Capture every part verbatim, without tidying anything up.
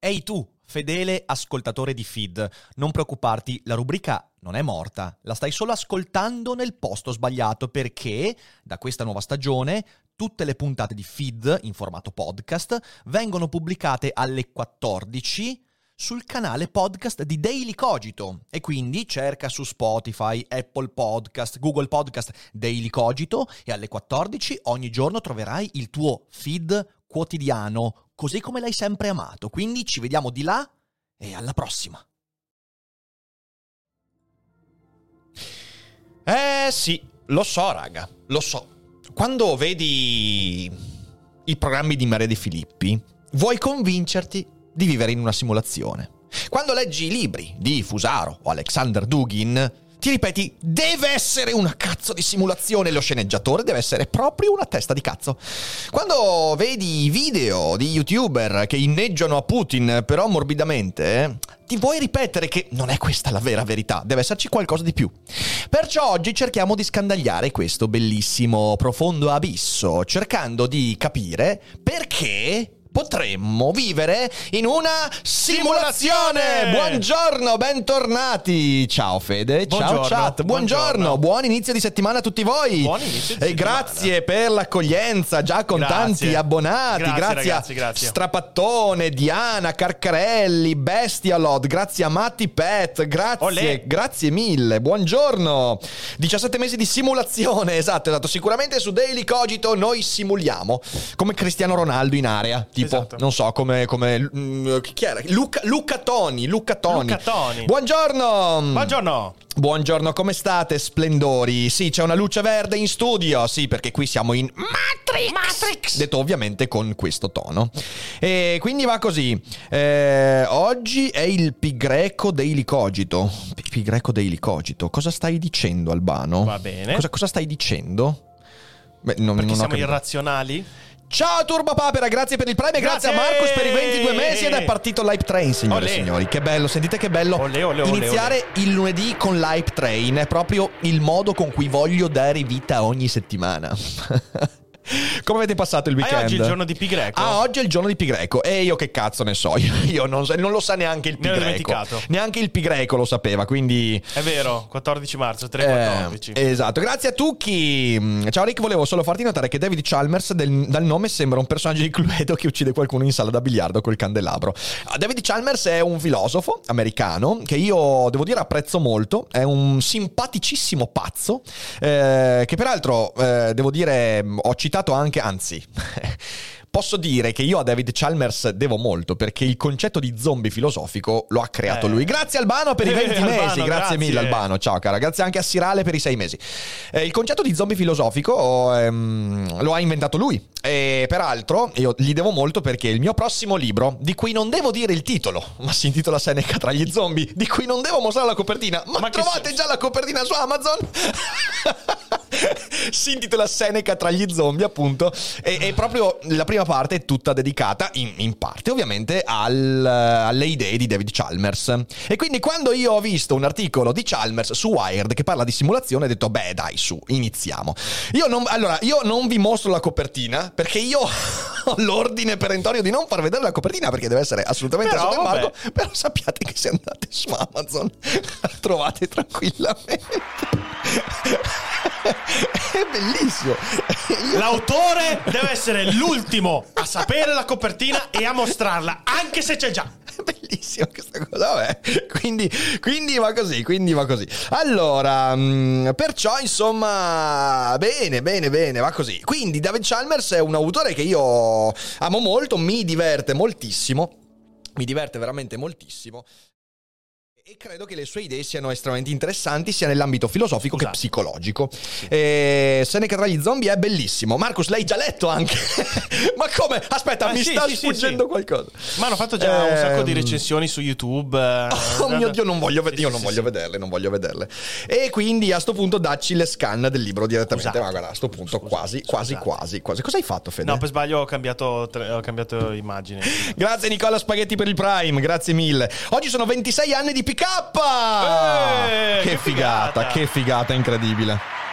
Ehi tu, fedele ascoltatore di Feed, non preoccuparti, la rubrica non è morta, la stai solo ascoltando nel posto sbagliato perché da questa nuova stagione tutte le puntate di Feed in formato podcast vengono pubblicate alle quattordici sul canale podcast di Daily Cogito e quindi cerca su Spotify, Apple Podcast, Google Podcast Daily Cogito e alle quattordici ogni giorno troverai il tuo feed quotidiano, così come l'hai sempre amato. Quindi ci vediamo di là e alla prossima. Eh sì, lo so raga, lo so. Quando vedi i programmi di Maria De Filippi, vuoi convincerti di vivere in una simulazione. Quando leggi i libri di Fusaro o Alexander Dugin, ti ripeti, deve essere una cazzo di simulazione, lo sceneggiatore deve essere proprio una testa di cazzo. Quando vedi i video di youtuber che inneggiano a Putin, però morbidamente, ti vuoi ripetere che non è questa la vera verità, deve esserci qualcosa di più. Perciò oggi cerchiamo di scandagliare questo bellissimo profondo abisso, cercando di capire perché potremmo vivere in una simulazione. Buongiorno, bentornati. Ciao Fede, Buongiorno, ciao chat. Buongiorno. buongiorno, buon inizio di settimana a tutti voi. Buon inizio di e settimana. Grazie per l'accoglienza, già con Grazie. tanti abbonati. Grazie, Grazie, ragazzi, a grazie. Strapattone, Diana, Carcarelli, Bestialod, grazie a Matti Pet, grazie, Olè. grazie mille. Buongiorno. diciassette mesi di simulazione, esatto, esatto. Sicuramente su Daily Cogito noi simuliamo come Cristiano Ronaldo in area. Tipo, Esatto. non so, come, come mm, chi era? Luca, Luca Toni, Luca Toni. Luca Toni. Buongiorno. Buongiorno. Buongiorno, come state, splendori? Sì, c'è una luce verde in studio. Sì, perché qui siamo in Matrix. Matrix. Detto ovviamente con questo tono. E quindi va così. Eh, oggi è il Pi Greco Daily Cogito. Pi, Pi Greco Daily Cogito. Cosa stai dicendo, Albano? Va bene. Cosa, cosa stai dicendo? Beh, non, Perché non ho siamo capito. irrazionali? Ciao Turbo Papera, grazie per il Prime e grazie, Grazie! a Marcus per i ventidue mesi ed è partito l'Hype Train, signore Olè. e signori. Che bello, sentite che bello. Olè, olè, olè, iniziare il lunedì con l'Hype Train è proprio il modo con cui voglio dare vita ogni settimana. Come avete passato il Ah, weekend? oggi è il giorno di Pi Greco? Ah, oggi è il giorno di Pi Greco. E io che cazzo ne so? Io, io non, so- non lo sa neanche il Pi Mi ero Greco. dimenticato. Neanche il Pi Greco lo sapeva, quindi... È vero, quattordici marzo, tre quattordici. Eh, esatto, grazie a Tucchi. Ciao Rick, volevo solo farti notare che David Chalmers del- dal nome sembra un personaggio di Cluedo che uccide qualcuno in sala da biliardo col candelabro. Ah, David Chalmers è un filosofo americano che io devo dire apprezzo molto, è un simpaticissimo pazzo eh, che peraltro eh, devo dire ho citato anche, anzi posso dire che io a David Chalmers devo molto perché il concetto di zombie filosofico lo ha creato Eh. lui. Grazie Albano per i Eh, venti Albano, mesi, grazie, grazie. mille Albano, ciao cara, grazie anche a Sirale per i sei mesi. Eh, il concetto di zombie filosofico ehm, lo ha inventato lui e peraltro io gli devo molto perché il mio prossimo libro, di cui non devo dire il titolo, ma si intitola Seneca tra gli zombie, di cui non devo mostrare la copertina, ma, Ma che trovate senso? già la copertina su Amazon. Si intitola Seneca tra gli zombie, appunto, e, e proprio la prima parte è tutta dedicata in, in parte ovviamente al, alle idee di David Chalmers. E quindi quando io ho visto un articolo di Chalmers su Wired che parla di simulazione ho detto beh dai, su, iniziamo. Io non, allora io non vi mostro la copertina perché io ho l'ordine perentorio di non far vedere la copertina perché deve essere assolutamente Però, sotto embargo, vabbè. però sappiate che se andate su Amazon la trovate tranquillamente. È bellissimo. Io- L'autore deve essere l'ultimo a sapere la copertina e a mostrarla, anche se c'è già. È bellissima questa cosa, vabbè. Quindi, quindi va così, quindi va così. Allora, mh, perciò insomma, bene, bene, bene, va così. Quindi David Chalmers è un autore che io amo molto, mi diverte moltissimo, mi diverte veramente moltissimo. E credo che le sue idee siano estremamente interessanti sia nell'ambito filosofico Scusate. che psicologico. E Seneca tra gli zombie è bellissimo. Marcus, l'hai già letto anche? Ma come? Aspetta, Ah, mi sì, sta sì, sì, sfuggendo sì. qualcosa. Ma hanno fatto già un sacco di Ehm, recensioni su YouTube. eh, Oh mio Dio, non voglio, ved- Sì, io sì, non sì, voglio sì. vederle, non voglio vederle. E quindi a sto punto dacci le scan del libro direttamente. Scusate. Ma guarda, a sto punto Scusate, quasi, quasi, scusate. quasi, quasi. Cosa hai fatto, Fede? No, per sbaglio ho cambiato, tre- ho cambiato immagine. Grazie Nicola Spaghetti per il Prime, grazie mille. Oggi sono ventisei anni di P K. Eh, che che figata, figata. che figata incredibile.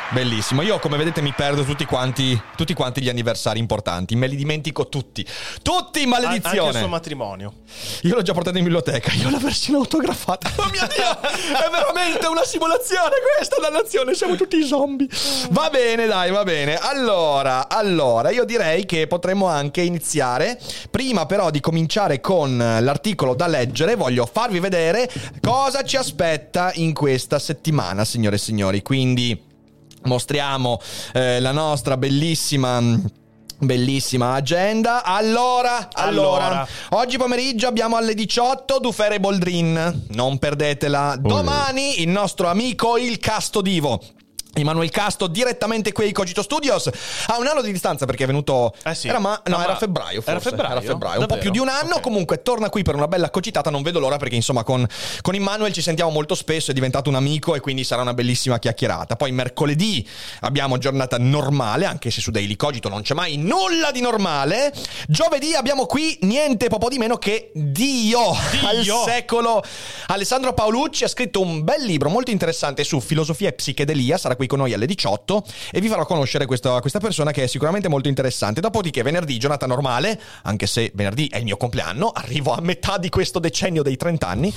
Bellissimo. Io, come vedete, mi perdo tutti quanti tutti quanti gli anniversari importanti. Me li dimentico tutti. Tutti, maledizione. Anche il suo matrimonio. Io l'ho già portato in biblioteca. Io ho la versione autografata. Oh mio Dio, è veramente una simulazione questa, dannazione. Siamo tutti zombie. Va bene, dai, va bene. Allora, allora, io direi che potremmo anche iniziare. Prima però di cominciare con l'articolo da leggere, voglio farvi vedere cosa ci aspetta in questa settimana, signore e signori. Quindi mostriamo eh, la nostra bellissima bellissima agenda. Allora, allora, allora, oggi pomeriggio abbiamo alle diciotto Dufer e Boldrin. Non perdetela. Domani il nostro amico il Casto Divo, Emanuel Casto, direttamente qui ai Cogito Studios, a un anno di distanza perché è venuto eh sì. era ma no, no, era febbraio forse. Era febbraio, era febbraio. un Davvero? po' più di un anno. Okay. Comunque torna qui per una bella cogitata. Non vedo l'ora perché insomma con, con Emanuel ci sentiamo molto spesso, è diventato un amico e quindi sarà una bellissima chiacchierata. Poi mercoledì abbiamo giornata normale, anche se su Daily Cogito non c'è mai nulla di normale. Giovedì abbiamo qui niente po' di meno che Dio, Dio al secolo. Alessandro Paolucci ha scritto un bel libro molto interessante su filosofia e psichedelia, sarà qui con noi alle diciotto e vi farò conoscere questa, questa persona che è sicuramente molto interessante. Dopodiché venerdì giornata normale, anche se venerdì è il mio compleanno, arrivo a metà di questo decennio dei trenta anni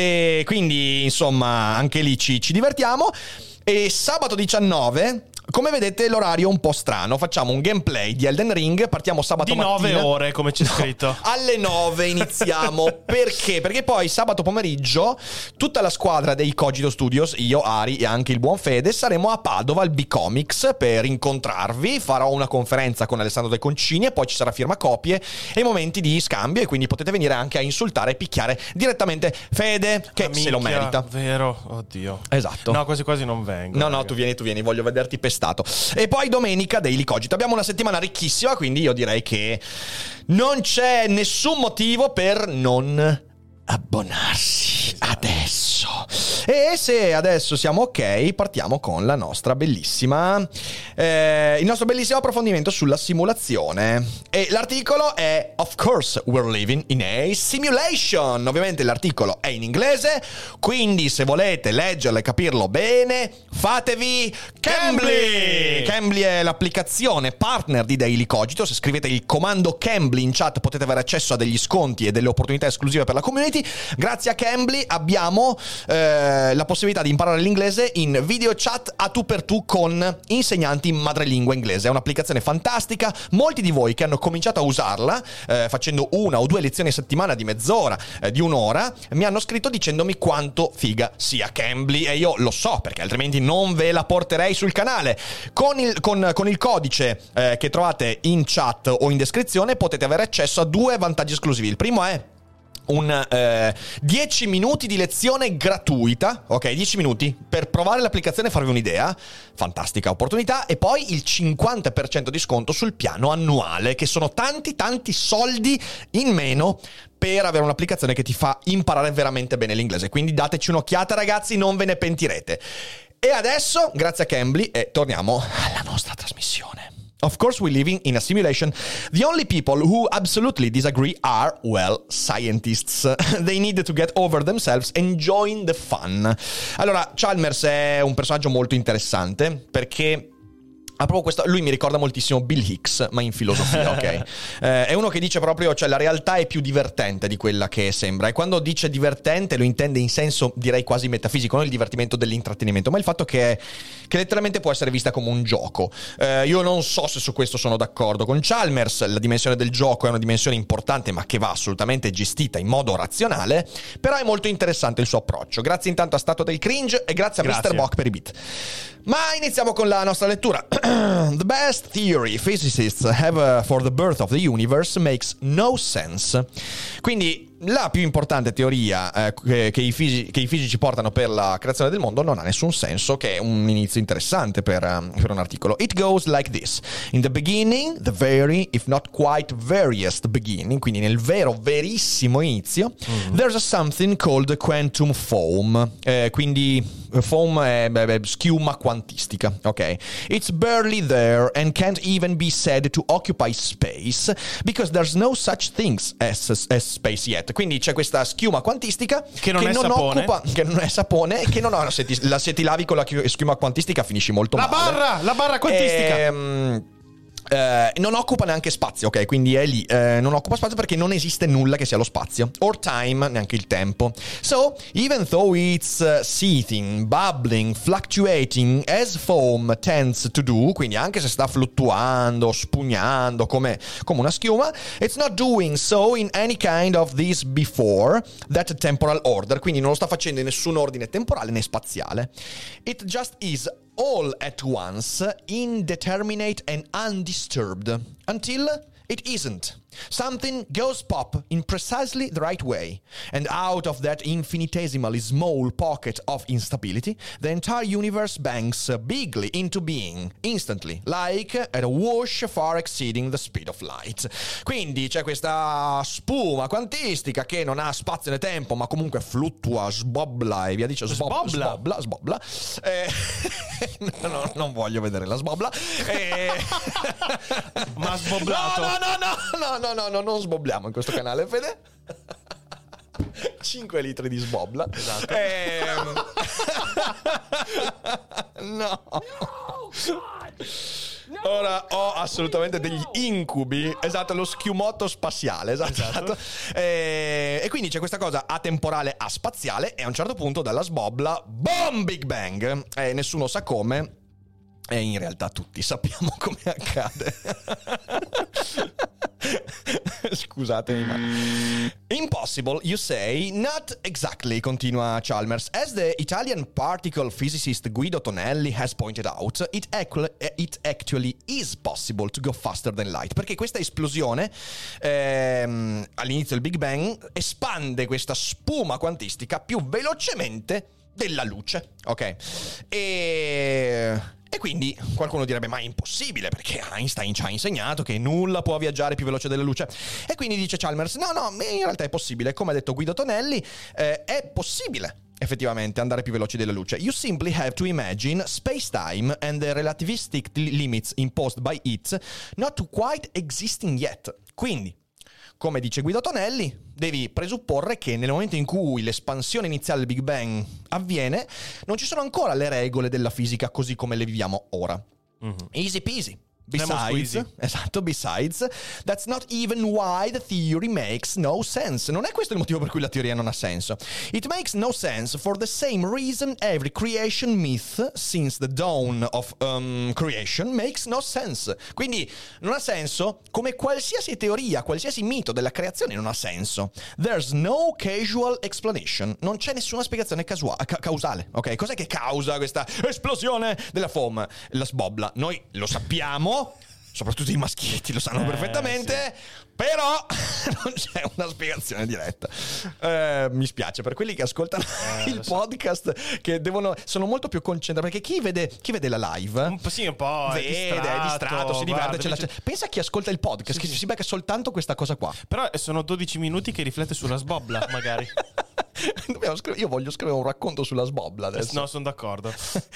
e quindi insomma anche lì ci, ci divertiamo. E sabato diciannove, come vedete l'orario è un po' strano, facciamo un gameplay di Elden Ring, partiamo sabato di mattina. nove ore come c'è scritto. No, alle nove iniziamo. Perché? Perché poi sabato pomeriggio tutta la squadra dei Cogito Studios, io, Ari e anche il buon Fede, saremo a Padova al B-Comics per incontrarvi. Farò una conferenza con Alessandro De Concini e poi ci sarà firma copie e momenti di scambio, e quindi potete venire anche a insultare e picchiare direttamente Fede, che Amica, se lo merita. Vero? Oddio. Esatto. No, quasi quasi non vengo. No, no, tu vieni, tu vieni, voglio vederti pestato. E poi domenica Daily Cogito. Abbiamo una settimana ricchissima, quindi io direi che non c'è nessun motivo per non abbonarsi adesso. E se adesso siamo ok, partiamo con la nostra bellissima eh, il nostro bellissimo approfondimento sulla simulazione. E l'articolo è Of course we're living in a simulation. Ovviamente l'articolo è in inglese, quindi se volete leggerlo e capirlo bene, fatevi Cambly. Cambly è l'applicazione partner di Daily Cogito. Se scrivete il comando Cambly in chat potete avere accesso a degli sconti e delle opportunità esclusive per la community. Grazie a Cambly abbiamo eh, la possibilità di imparare l'inglese in video chat a tu per tu con insegnanti in madrelingua inglese. È un'applicazione fantastica. Molti di voi che hanno cominciato a usarla eh, facendo una o due lezioni a settimana di mezz'ora, eh, di un'ora, mi hanno scritto dicendomi quanto figa sia Cambly, e io lo so perché altrimenti non ve la porterei sul canale. Con il, con, con il codice eh, che trovate in chat o in descrizione potete avere accesso a due vantaggi esclusivi. Il primo è un eh, dieci minuti di lezione gratuita, ok, dieci minuti per provare l'applicazione e farvi un'idea, fantastica opportunità, e poi il cinquanta per cento di sconto sul piano annuale, che sono tanti tanti soldi in meno per avere un'applicazione che ti fa imparare veramente bene l'inglese. Quindi dateci un'occhiata ragazzi, non ve ne pentirete. E adesso, grazie a Cambly, e torniamo alla nostra trasmissione. Of course we're living in a simulation. The only people who absolutely disagree are, well, scientists. They need to get over themselves and join the fun. Allora, Chalmers è un personaggio molto interessante perché Ah, proprio questo, lui mi ricorda moltissimo Bill Hicks, ma in filosofia, ok? Eh, è uno che dice proprio, cioè la realtà è più divertente di quella che sembra, e quando dice divertente lo intende in senso, direi quasi metafisico, non il divertimento dell'intrattenimento, ma il fatto che, che letteralmente può essere vista come un gioco. Eh, io non so se su questo sono d'accordo con Chalmers. La dimensione del gioco è una dimensione importante, ma che va assolutamente gestita in modo razionale, però è molto interessante il suo approccio. Grazie intanto a Stato del Cringe e grazie a grazie. mister Bock per i beat. Ma iniziamo con la nostra lettura. The best theory physicists have uh, for the birth of the universe makes no sense. Quindi la più importante teoria eh, che, che, i fisi- che i fisici portano per la creazione del mondo non ha nessun senso, che è un inizio interessante per, um, per un articolo. It goes like this. In the beginning, the very, if not quite veriest beginning, quindi nel vero, verissimo inizio, mm-hmm. there's a something called quantum foam. Eh, quindi foam è beh, beh, schiuma quantistica, ok? It's barely there and can't even be said to occupy space because there's no such things as, as space yet. Correct. Quindi c'è questa schiuma quantistica Che non è sapone. occupa, che non è sapone, che non ha, se ti, la, se ti lavi con la chi- schiuma quantistica finisci molto La male. barra, la barra quantistica. Ehm, eh, non occupa neanche spazio, ok? Quindi è lì, eh, non occupa spazio perché non esiste nulla che sia lo spazio. Or time, neanche il tempo. So, even though it's uh, seething, bubbling, fluctuating as foam tends to do, quindi anche se sta fluttuando, spugnando come, come una schiuma, it's not doing so in any kind of this before that temporal order, quindi non lo sta facendo in nessun ordine temporale né spaziale. It just is all at once, indeterminate and undisturbed, until it isn't. Something goes pop in precisely the right way, and out of that infinitesimally small pocket of instability, the entire universe bangs bigly into being, instantly, like at a whoosh far exceeding the speed of light. Quindi c'è questa spuma quantistica che non ha spazio né tempo, ma comunque fluttua, sbobla e via dice sbob- Sbobla. sbobla, sbobla. Eh, no, no, non voglio vedere la sbobla. Eh, Ma sboblato. No, no, no, no, no, no, no, no, non sbobliamo in questo canale, Fede. cinque litri di sbobla. Esatto. Ehm... no. Ora ho assolutamente degli incubi. Esatto, lo schiumotto spaziale. Esatto. esatto. E... e quindi c'è questa cosa atemporale a spaziale. E a un certo punto dalla sbobla, boom, Big Bang. E nessuno sa come. E in realtà tutti sappiamo come accade. Scusatemi, ma impossible, you say? Not exactly, continua Chalmers. As the Italian particle physicist Guido Tonelli has pointed out, it, actually, it actually is possible to go faster than light. Perché questa esplosione ehm, all'inizio del Big Bang espande questa spuma quantistica più velocemente della luce, ok? E... E quindi qualcuno direbbe ma è impossibile perché Einstein ci ha insegnato che nulla può viaggiare più veloce della luce. E quindi dice Chalmers no no in realtà è possibile. Come ha detto Guido Tonelli, eh, è possibile effettivamente andare più veloci della luce. You simply have to imagine space-time and the relativistic limits imposed by it not quite existing yet. Quindi, come dice Guido Tonelli, devi presupporre che nel momento in cui l'espansione iniziale del Big Bang avviene, non ci sono ancora le regole della fisica così come le viviamo ora. Mm-hmm. Easy peasy. Besides, esatto, besides, that's not even why the theory makes no sense. Non è questo il motivo per cui la teoria non ha senso. It makes no sense for the same reason every creation myth since the dawn of um, creation makes no sense. Quindi non ha senso come qualsiasi teoria, qualsiasi mito della creazione non ha senso. There's no casual explanation. Non c'è nessuna spiegazione casua- ca- causale, ok? Cos'è che causa questa esplosione della foam? La sbobla. Noi lo sappiamo, soprattutto i maschietti lo sanno eh, perfettamente, sì. Però non c'è una spiegazione diretta. Eh, mi spiace per quelli che ascoltano eh, il podcast, so. Che devono sono molto più concentrati, perché chi vede, chi vede la live un po', sì, un po' vede, è distratto, è distratto si diverte. Guarda, c'è invece... la... Pensa a chi ascolta il podcast, sì, che sì. si becca soltanto questa cosa qua. Però sono dodici minuti che riflette sulla sbobla, magari. Io voglio scrivere un racconto sulla sbobla adesso. No, sono d'accordo.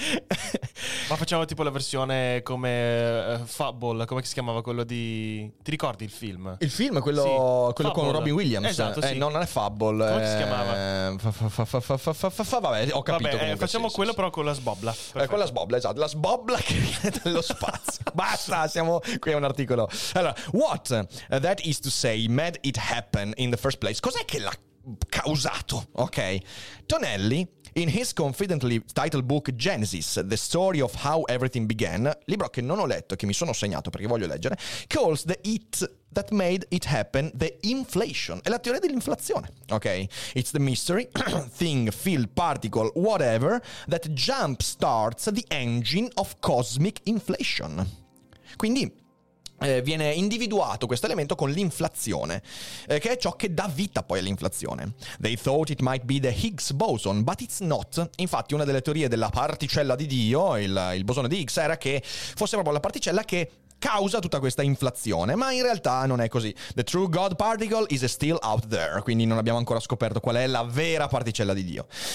Ma facciamo tipo la versione come uh, Fable, come si chiamava quello di... Ti ricordi il film? Il film, quello, sì, quello con Robin Williams. Esatto, eh, sì. No, non è Fable. Come eh... si chiamava? Fa, fa, fa, fa, fa, fa, fa, fa, vabbè, ho capito. Vabbè, comunque, eh, facciamo sì, quello sì, però con la sbobla. Eh, con la sbobla, esatto. La sbobla che viene dallo spazio. Basta, siamo qui a un articolo. Allora, what uh, that is to say made it happen in the first place? Cos'è che l'ha causato? Ok. Tonelli, in his confidently titled book Genesis, The Story of How Everything Began, libro che non ho letto, che mi sono segnato perché voglio leggere, calls the it that made it happen the inflation. È la teoria dell'inflazione, ok? It's the mystery, thing, field, particle, whatever, that jump starts the engine of cosmic inflation. Quindi Eh, viene individuato questo elemento con l'inflazione, eh, che è ciò che dà vita poi all'inflazione. They thought it might be the Higgs boson, but it's not. Infatti una delle teorie della particella di Dio, il, il bosone di Higgs, era che fosse proprio la particella che causa tutta questa inflazione, ma in realtà non è così. The true God particle is still out there, quindi non abbiamo ancora scoperto qual è la vera particella di Dio.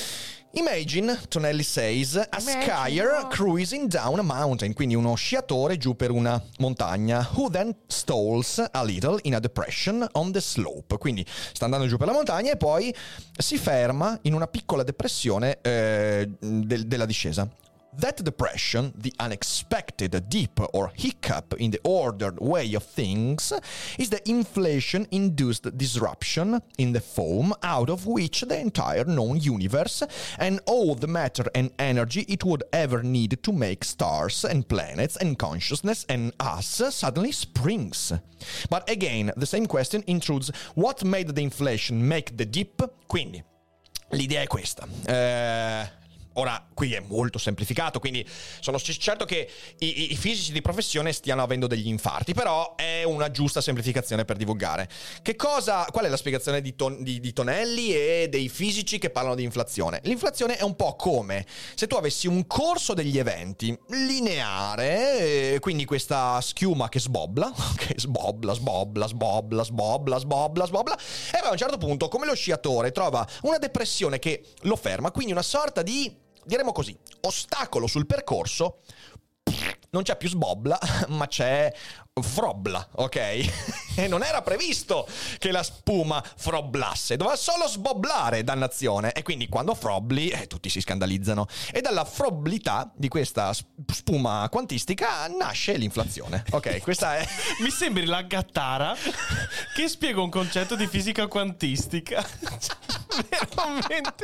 Imagine, Tonelli says, a skier cruising down a mountain, quindi uno sciatore giù per una montagna, who then stalls a little in a depression on the slope, quindi sta andando giù per la montagna e poi si ferma in una piccola depressione eh, del, della discesa. That depression, the unexpected dip or hiccup in the ordered way of things, is the inflation-induced disruption in the foam out of which the entire known universe and all the matter and energy it would ever need to make stars and planets and consciousness and us suddenly springs. But again, the same question intrudes: what made the inflation make the dip? Quindi, l'idea è questa. Eh... Ora, qui è molto semplificato, quindi sono certo che i, i fisici di professione stiano avendo degli infarti, però è una giusta semplificazione per divulgare. Che cosa, qual è la spiegazione di, ton, di, di Tonelli e dei fisici che parlano di inflazione? L'inflazione è un po' come se tu avessi un corso degli eventi lineare, quindi questa schiuma che sbobla, che sbobla, sbobla, sbobla, sbobla, sbobla, sbobla, e poi a un certo punto, come lo sciatore, trova una depressione che lo ferma, quindi una sorta di, diremo così, ostacolo sul percorso. Non c'è più sbobla, ma c'è frobla, ok? E non era previsto che la spuma froblasse, doveva solo sboblare, dannazione. E quindi quando frobli, eh, tutti si scandalizzano. E dalla froblità di questa spuma quantistica nasce l'inflazione. Ok, questa è... Mi sembri la Gattara che spiega un concetto di fisica quantistica. Veramente...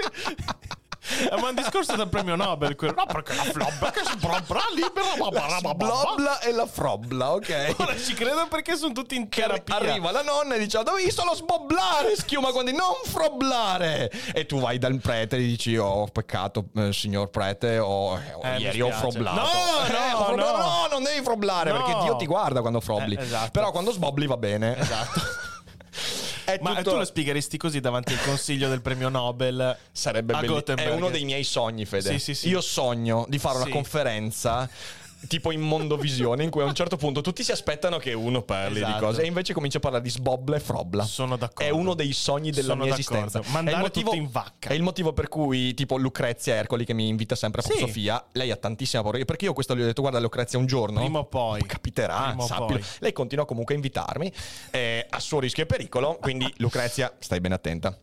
È un discorso del premio Nobel quello. No, perché la flobla che sbrobla libera la sblobla e la frobla, ok? Ora ci credo perché sono tutti in terapia. Arriva la nonna e dice: dovevi solo sboblare, schiuma, quando non froblare. E tu vai dal prete e gli dici: oh, peccato, eh, signor prete, oh, eh, ieri ho froblato. No, eh, no, ho froblato. no, no, non devi froblare, no. perché Dio ti guarda quando frobli. Eh, esatto. Però quando sbobli va bene. Esatto. È Ma tutto... tu lo spiegheresti così davanti al consiglio del premio Nobel? Sarebbe bellissimo. È uno dei miei sogni, Fede. Sì, sì, sì. Io sogno di fare sì. una conferenza tipo in Mondovisione, in cui a un certo punto tutti si aspettano che uno parli esatto. di cose e invece comincia a parlare di sbobla e frobla. Sono d'accordo. È uno dei sogni della Sono mia d'accordo. esistenza. Mandare è il motivo, tutti in vacca. È il motivo per cui tipo Lucrezia Ercoli, che mi invita sempre a sì. Sofia, lei ha tantissima paura, perché io questo gli ho detto: guarda Lucrezia, un giorno prima o poi capiterà, prima o sappilo. poi. Lei continua comunque a invitarmi eh, a suo rischio e pericolo, quindi Lucrezia, stai ben attenta.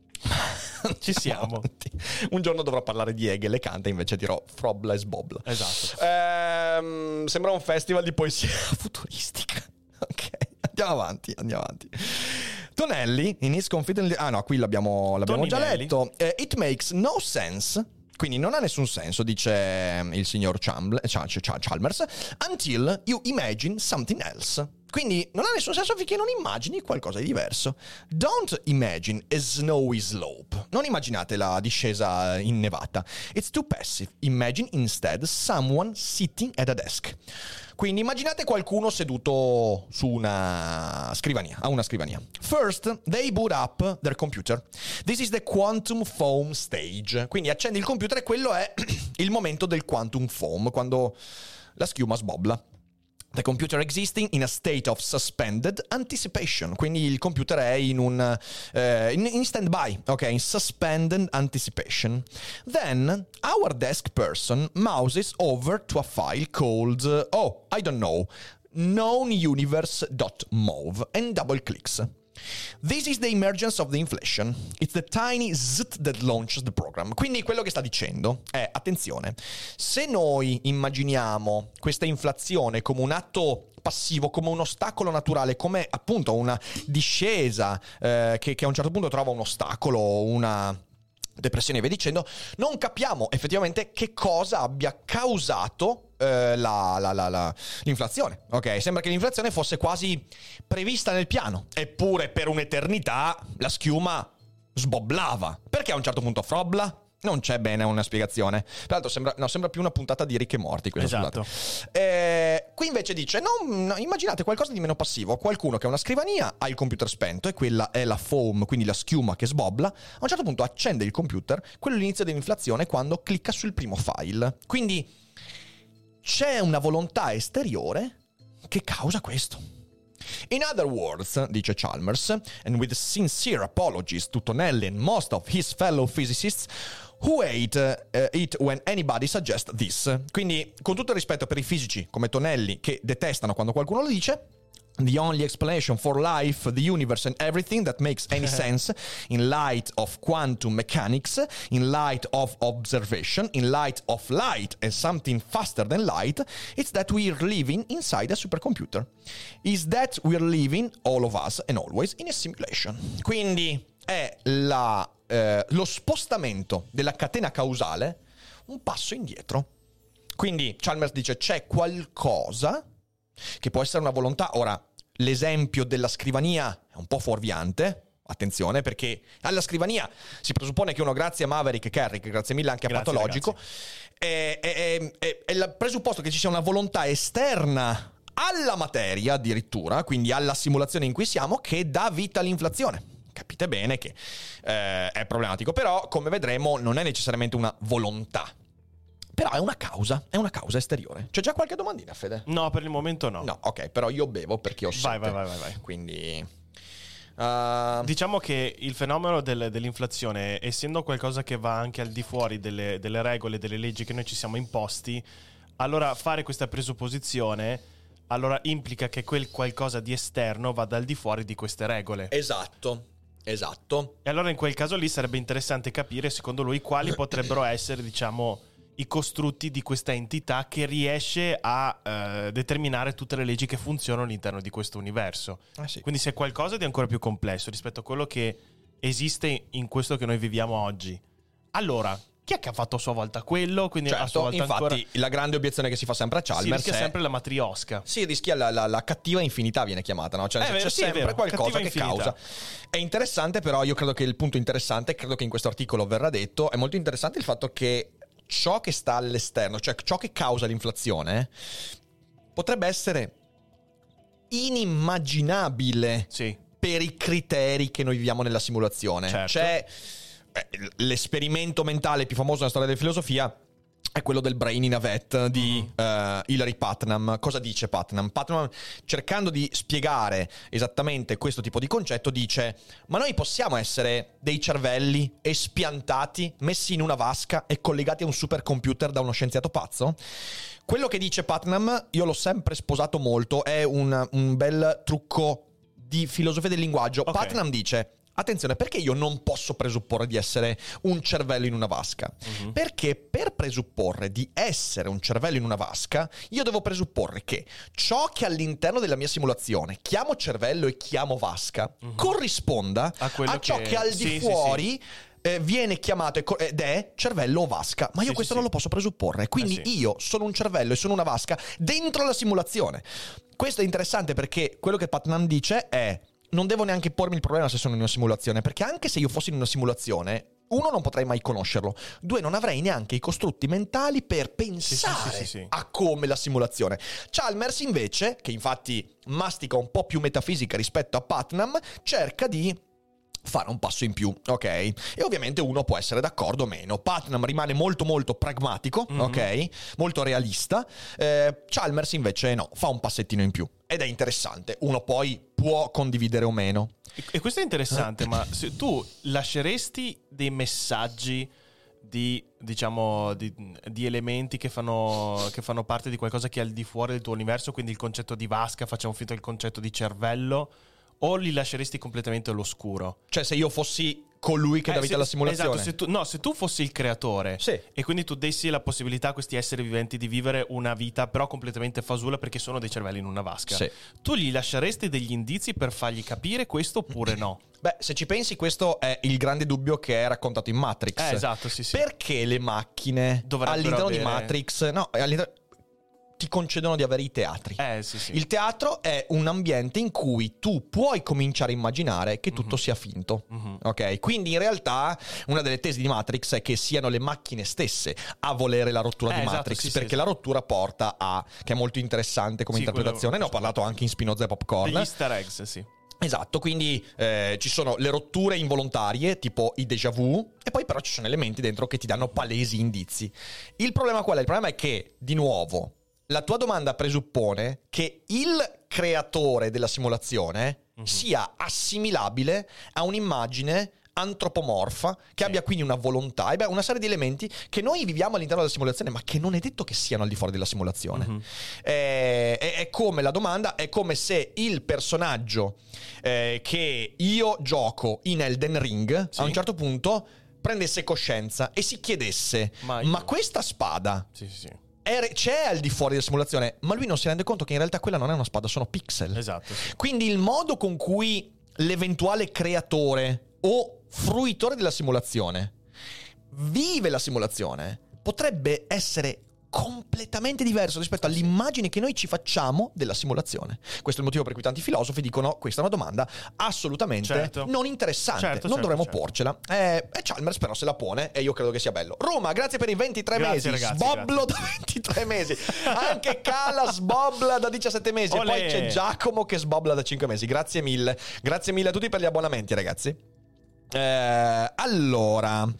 Ci siamo. Un giorno dovrò parlare di Hegel e Kant, invece dirò frobla e sbobla. Esatto. Ehm, sembra un festival di poesia futuristica. Ok, andiamo avanti, andiamo avanti. Tonelli, in his confident... Ah no, qui l'abbiamo, l'abbiamo già letto. Uh, it makes no sense... Quindi non ha nessun senso, dice il signor Chalmers, until you imagine something else. Quindi non ha nessun senso finché non immagini qualcosa di diverso. Don't imagine a snowy slope. Non immaginate la discesa innevata. It's too passive. Imagine instead someone sitting at a desk. Quindi immaginate qualcuno seduto su una scrivania, a una scrivania. First, they boot up their computer. This is the quantum foam stage. Quindi accendi il computer e quello è il momento del quantum foam, quando la schiuma sbobla. The computer existing in a state of suspended anticipation. Quindi il computer è in un uh, in, in stand-by, ok, in suspended anticipation. Then our desk person mouses over to a file called uh, oh, I don't know, knownuniverse.mov and double clicks. This is the emergence of the inflation. It's the tiny zit that launches the program. Quindi quello che sta dicendo è, attenzione, se noi immaginiamo questa inflazione come un atto passivo, come un ostacolo naturale, come appunto una discesa eh, che, che a un certo punto trova un ostacolo, una depressione e via dicendo, non capiamo effettivamente che cosa abbia causato eh, la, la, la, la, l'inflazione. Ok, sembra che l'inflazione fosse quasi prevista nel piano, eppure per un'eternità la schiuma sboblava. Perché a un certo punto frobla? Non c'è bene una spiegazione. Tra l'altro sembra, no, sembra più una puntata di Ricchi e Morti questa, esatto. Eh, qui invece dice no, no, immaginate qualcosa di meno passivo. Qualcuno che ha una scrivania, ha il computer spento e quella è la foam, quindi la schiuma che sbobla. A un certo punto accende il computer, quello è l'inizio dell'inflazione quando clicca sul primo file. Quindi c'è una volontà esteriore che causa questo. In other words, dice Chalmers, and with sincere apologies to Tonelli and most of his fellow physicists who hate uh, it when anybody suggests this. Quindi, con tutto il rispetto per i fisici come Tonelli che detestano quando qualcuno lo dice, the only explanation for life, the universe and everything that makes any sense in light of quantum mechanics, in light of observation, in light of light and something faster than light, it's that we're living inside a supercomputer. Is that we're living, all of us and always, in a simulation. Quindi è la, eh, lo spostamento della catena causale un passo indietro. Quindi Chalmers dice c'è qualcosa che può essere una volontà. Ora, l'esempio della scrivania è un po' fuorviante, attenzione, perché alla scrivania si presuppone che uno, grazie a Maverick e Carrick, grazie mille anche a Grazie, Patologico, è, è, è, è il presupposto che ci sia una volontà esterna alla materia, addirittura, quindi alla simulazione in cui siamo, che dà vita all'inflazione. Capite bene che eh, è problematico, però, come vedremo, non è necessariamente una volontà. Però è una causa, è una causa esteriore. C'è già qualche domandina, Fede? No, per il momento no. No, ok, però io bevo perché ho sete. Vai, vai, vai, vai, vai. Quindi uh... diciamo che il fenomeno del, dell'inflazione, essendo qualcosa che va anche al di fuori delle, delle regole, delle leggi che noi ci siamo imposti, allora fare questa presupposizione allora implica che quel qualcosa di esterno vada al di fuori di queste regole. Esatto. Esatto. E allora in quel caso lì sarebbe interessante capire, secondo lui, quali potrebbero essere, diciamo, i costrutti di questa entità che riesce a eh, determinare tutte le leggi che funzionano all'interno di questo universo. Eh sì. Quindi se è qualcosa di ancora più complesso rispetto a quello che esiste in questo che noi viviamo oggi, allora chi è che ha fatto a sua volta quello? Quindi a sua Certo, volta infatti ancora... la grande obiezione che si fa sempre a si Chalmers rischia è sempre la matriosca. Sì, rischia la, la, la cattiva infinità viene chiamata, no? Cioè Eh, c'è vero, sì, è sempre vero, qualcosa cattiva che infinità. causa. È interessante, però io credo che il punto interessante, credo che in questo articolo verrà detto, è molto interessante il fatto che ciò che sta all'esterno, cioè ciò che causa l'inflazione, potrebbe essere inimmaginabile Sì. per i criteri che noi viviamo nella simulazione. Certo. C'è eh, l'esperimento mentale più famoso nella storia della filosofia è quello del brain in a vat di uh, Hilary Putnam. Cosa dice Putnam? Putnam, cercando di spiegare esattamente questo tipo di concetto, dice: ma noi possiamo essere dei cervelli espiantati, messi in una vasca e collegati a un supercomputer da uno scienziato pazzo? Quello che dice Putnam, io l'ho sempre sposato molto, è un, un bel trucco di filosofia del linguaggio. Ok. Putnam dice: attenzione, perché io non posso presupporre di essere un cervello in una vasca? Mhm. Perché per presupporre di essere un cervello in una vasca, io devo presupporre che ciò che all'interno della mia simulazione chiamo cervello e chiamo vasca corrisponda A quello a ciò che- che, al sì, di sì, fuori eh, viene chiamato e co- ed è cervello o vasca. Ma io Sì, questo sì, non sì. lo posso presupporre. Quindi Eh sì. io sono un cervello e sono una vasca dentro la simulazione. Questo è interessante perché quello che Putnam dice è: non devo neanche pormi il problema se sono in una simulazione, perché anche se io fossi in una simulazione, uno, non potrei mai conoscerlo, due, non avrei neanche i costrutti mentali per pensare sì, sì, sì. a come la simulazione. Chalmers invece, che infatti mastica un po' più metafisica rispetto a Putnam, cerca di fare un passo in più, ok? E ovviamente uno può essere d'accordo o meno. Putnam rimane molto molto pragmatico, Mhm. ok? Molto realista. Eh, Chalmers invece no, fa un passettino in più. Ed è interessante. Uno poi può condividere o meno. E- E questo è interessante, ma se tu lasceresti dei messaggi di, diciamo, di, di elementi che fanno, che fanno parte di qualcosa che è al di fuori del tuo universo, quindi il concetto di vasca, facciamo finta del concetto di cervello, o li lasceresti completamente all'oscuro? Cioè, se io fossi colui che Eh, dà vita se- alla simulazione. Esatto, se tu, no, se tu fossi il creatore, Sì. e quindi tu dessi la possibilità a questi esseri viventi di vivere una vita però completamente fasulla perché sono dei cervelli in una vasca, Sì. tu gli lasceresti degli indizi per fargli capire questo oppure no? Beh, se ci pensi, questo è il grande dubbio che è raccontato in Matrix. Eh, esatto, sì, sì. Perché le macchine Dovrebbero all'interno di avere- Matrix, no, all'interno- ti concedono di avere i teatri. Eh, sì, sì. Il teatro è un ambiente in cui tu puoi cominciare a immaginare che tutto sia finto. Mhm. Ok? Quindi in realtà una delle tesi di Matrix è che siano le macchine stesse a volere la rottura Eh, di esatto, Matrix, sì, sì, perché sì. la rottura porta a, che è molto interessante come Sì, interpretazione, quello- ne ho parlato anche in Spinoza e Popcorn. Degli easter eggs, sì. Esatto, quindi eh, ci sono le rotture involontarie, tipo i déjà vu, e poi però ci sono elementi dentro che ti danno palesi indizi. Il problema qual è? Il problema è che, di nuovo, la tua domanda presuppone che il creatore della simulazione mm-hmm. sia assimilabile a un'immagine antropomorfa, che sì. abbia quindi una volontà e beh, una serie di elementi che noi viviamo all'interno della simulazione, ma che non è detto che siano al di fuori della simulazione. Mm-hmm. È, è, è come la domanda, è come se il personaggio eh, che io gioco in Elden Ring sì. a un certo punto prendesse coscienza e si chiedesse: ma, ma questa spada sì, sì, sì. È, c'è al di fuori della simulazione? Ma lui non si rende conto che in realtà quella non è una spada, sono pixel. Esatto. Sì. Quindi il modo con cui l'eventuale creatore o fruitore della simulazione vive la simulazione potrebbe essere completamente diverso rispetto all'immagine che noi ci facciamo della simulazione. Questo è il motivo per cui tanti filosofi dicono: questa è una domanda assolutamente certo. non interessante, certo, non certo, dovremmo certo. porcela. Eh, e Chalmers però se la pone e io credo che sia bello. Roma, grazie per i ventitré grazie, mesi. Ragazzi, Sboblo grazie. da ventitré mesi. Anche Cala sbobla da diciassette mesi. Olè. E poi c'è Giacomo che sbobla da cinque mesi. Grazie mille. Grazie mille a tutti per gli abbonamenti, ragazzi. Uh, allora uh,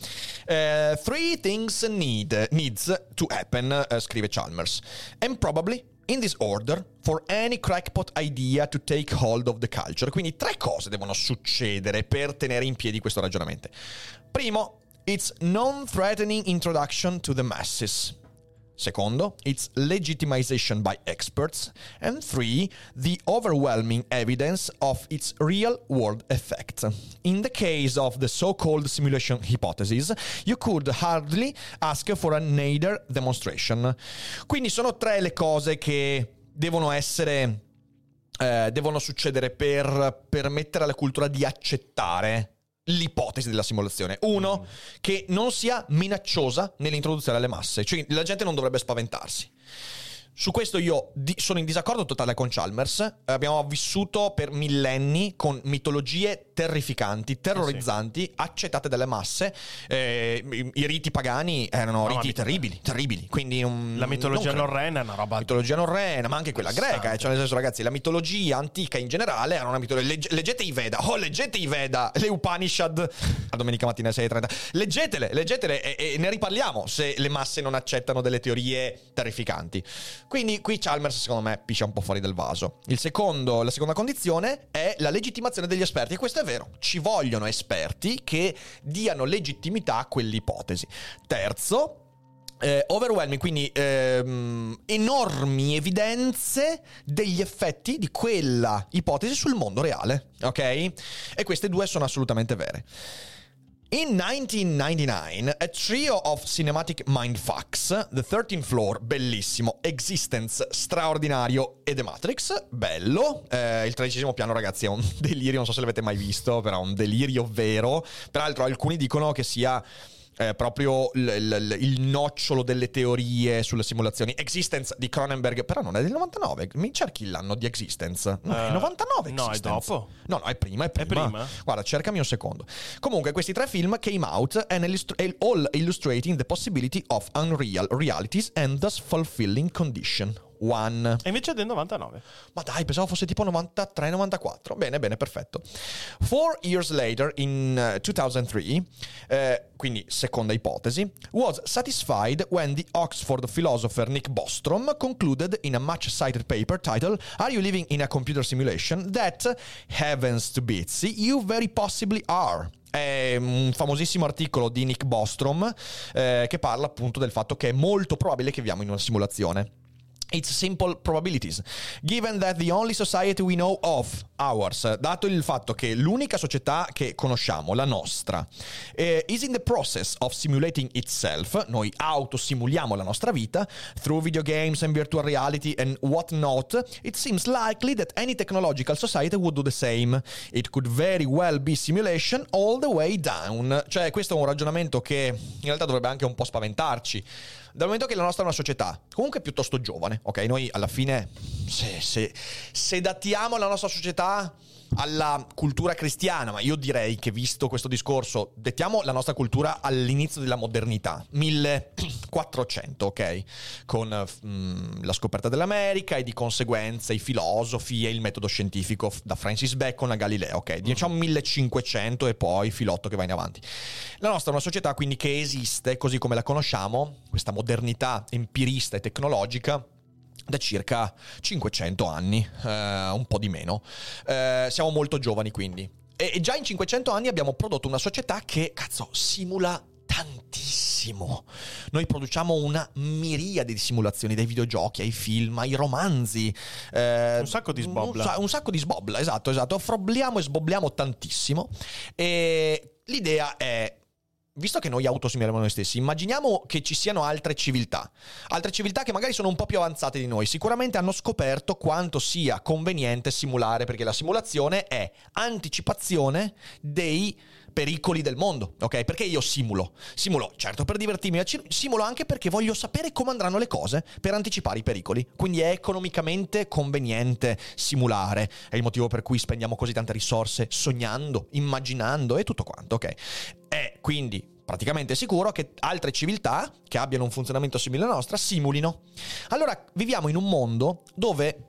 three things need needs to happen, uh, scrive Chalmers, and probably in this order for any crackpot idea to take hold of the culture. Quindi tre cose devono succedere per tenere in piedi questo ragionamento. Primo, it's non-threatening introduction to the masses. Secondo, its legitimization by experts. And three, the overwhelming evidence of its real-world effect. In the case of the so-called simulation hypothesis, you could hardly ask for a nadir demonstration. Quindi sono tre le cose che devono essere, eh, devono succedere per permettere alla cultura di accettare l'ipotesi della simulazione. Uno, mm. che non sia minacciosa nell'introduzione alle masse, cioè la gente non dovrebbe spaventarsi. Su questo io di- sono in disaccordo totale con Chalmers. Abbiamo vissuto per millenni con mitologie terrificanti, terrorizzanti, eh sì. accettate dalle masse. Eh, i-, I riti pagani erano no, riti terribili, terribili. Quindi un, la mitologia norrena è una roba. La mitologia norrena, ma anche quella greca. Eh, cioè nel senso, ragazzi, la mitologia antica in generale era una mitologia. Legge- leggete i Veda, oh, leggete i Veda, le Upanishad. A domenica mattina alle sei e trenta. Leggetele, leggetele e-, e ne riparliamo se le masse non accettano delle teorie terrificanti. Quindi qui Chalmers secondo me piscia un po' fuori del vaso. Il secondo, la seconda condizione è la legittimazione degli esperti, e questo è vero, ci vogliono esperti che diano legittimità a quell'ipotesi. Terzo, eh, overwhelming, quindi ehm, enormi evidenze degli effetti di quella ipotesi sul mondo reale, ok? E queste due sono assolutamente vere. In nineteen ninety-nine, a trio of cinematic mindfucks, The thirteenth Floor, bellissimo, Existence, straordinario, e The Matrix, bello. Eh, il tredicesimo piano, ragazzi, è un delirio, non so se l'avete mai visto, però è un delirio vero. Peraltro alcuni dicono che sia Eh, proprio l- l- il nocciolo delle teorie sulle simulazioni. Existence di Cronenberg, però non è del novantanove. Mi cerchi l'anno di Existence? No, uh, è novantanove. No, Existence. è dopo. No, no, è prima, è prima. È prima? Guarda, cercami un secondo. Comunque, questi tre film came out and illustr- all illustrating the possibility of unreal realities and thus fulfilling condition. One. E invece è del novantanove. Ma dai, pensavo fosse tipo novantatré novantaquattro. Bene, bene, perfetto. Four years later, in uh, two thousand three, eh, quindi seconda ipotesi, was satisfied when the Oxford philosopher Nick Bostrom concluded in a much cited paper titled "Are you living in a computer simulation?" that, heavens to Bitsy, you very possibly are. È un famosissimo articolo di Nick Bostrom eh, che parla appunto del fatto che è molto probabile che viviamo in una simulazione. It's simple probabilities. Given that the only society we know of, ours, dato il fatto che l'unica società che conosciamo, la nostra, eh, is in the process of simulating itself, noi autosimuliamo la nostra vita, through video games and virtual reality and what not, it seems likely that any technological society would do the same. It could very well be simulation all the way down. Cioè, questo è un ragionamento che in realtà dovrebbe anche un po' spaventarci. Dal momento che la nostra è una società comunque piuttosto giovane, ok? Noi alla fine, se, se, se datiamo la nostra società alla cultura cristiana, ma io direi che, visto questo discorso, dettiamo la nostra cultura all'inizio della modernità, millequattrocento, ok? Con mm, la scoperta dell'America e di conseguenza i filosofi e il metodo scientifico da Francis Bacon a Galileo, ok? Diciamo millecinquecento e poi filotto che va in avanti. La nostra è una società quindi che esiste così come la conosciamo, questa modernità empirista e tecnologica, da circa cinquecento anni, eh, un po' di meno. Eh, siamo molto giovani quindi. E, e già in cinquecento anni abbiamo prodotto una società che, cazzo, simula tantissimo. Noi produciamo una miriade di simulazioni, dai videogiochi ai film, ai romanzi. Eh, un sacco di sbobla. Un, un sacco di sbobla, esatto, esatto. Frobbliamo e sbobbliamo tantissimo. E l'idea è... Visto che noi autosimiliamo noi stessi, immaginiamo che ci siano altre civiltà, altre civiltà che magari sono un po' più avanzate di noi, sicuramente hanno scoperto quanto sia conveniente simulare, perché la simulazione è anticipazione dei pericoli del mondo, ok? Perché io simulo? Simulo, certo, per divertirmi, ma simulo anche perché voglio sapere come andranno le cose per anticipare i pericoli. Quindi è economicamente conveniente simulare, è il motivo per cui spendiamo così tante risorse sognando, immaginando e tutto quanto, ok? È quindi praticamente sicuro che altre civiltà che abbiano un funzionamento simile alla nostra simulino. Allora, viviamo in un mondo dove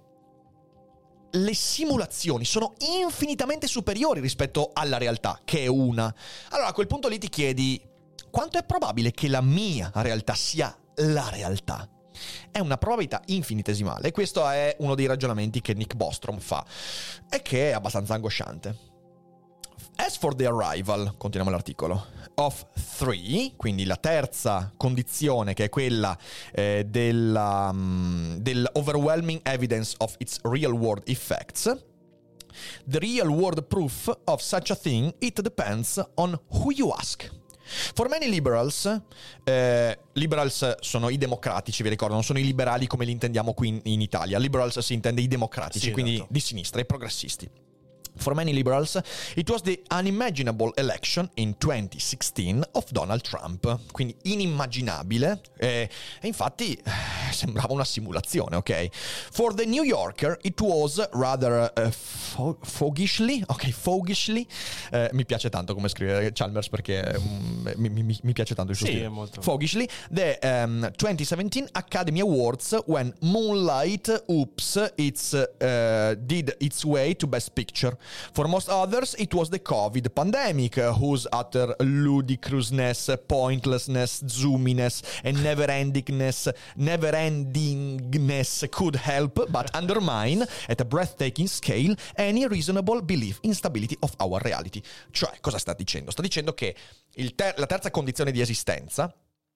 le simulazioni sono infinitamente superiori rispetto alla realtà, che è una. Allora a quel punto lì ti chiedi: quanto è probabile che la mia realtà sia la realtà? È una probabilità infinitesimale, e questo è uno dei ragionamenti che Nick Bostrom fa e che è abbastanza angosciante. As for the arrival, continuiamo l'articolo, of three, quindi la terza condizione, che è quella eh, della, um, dell'overwhelming evidence of its real world effects, the real world proof of such a thing, it depends on who you ask. For many liberals, eh, liberals sono i democratici, vi ricordo, non sono i liberali come li intendiamo qui in, in Italia. Liberals si intende i democratici, sì, quindi esatto, di sinistra, i progressisti. For many liberals, it was the unimaginable election in twenty sixteen of Donald Trump. Quindi inimmaginabile, eh, e infatti eh, sembrava una simulazione, ok? For the New Yorker, it was rather uh, fo- foggishly, ok, foggishly. Eh, mi piace tanto come scrive Chalmers perché um, mi, mi, mi piace tanto il suo sì, stile. È molto... Foggishly, the um, twenty seventeen Academy Awards when Moonlight, oops, it's uh, did its way to Best Picture. For most others, it was the COVID pandemic, uh, whose utter ludicrousness, pointlessness, zoominess, and never-endingness, never-endingness could help but undermine, at a breathtaking scale, any reasonable belief in stability of our reality. Cioè, cosa sta dicendo? Sta dicendo che il ter- la terza condizione di esistenza...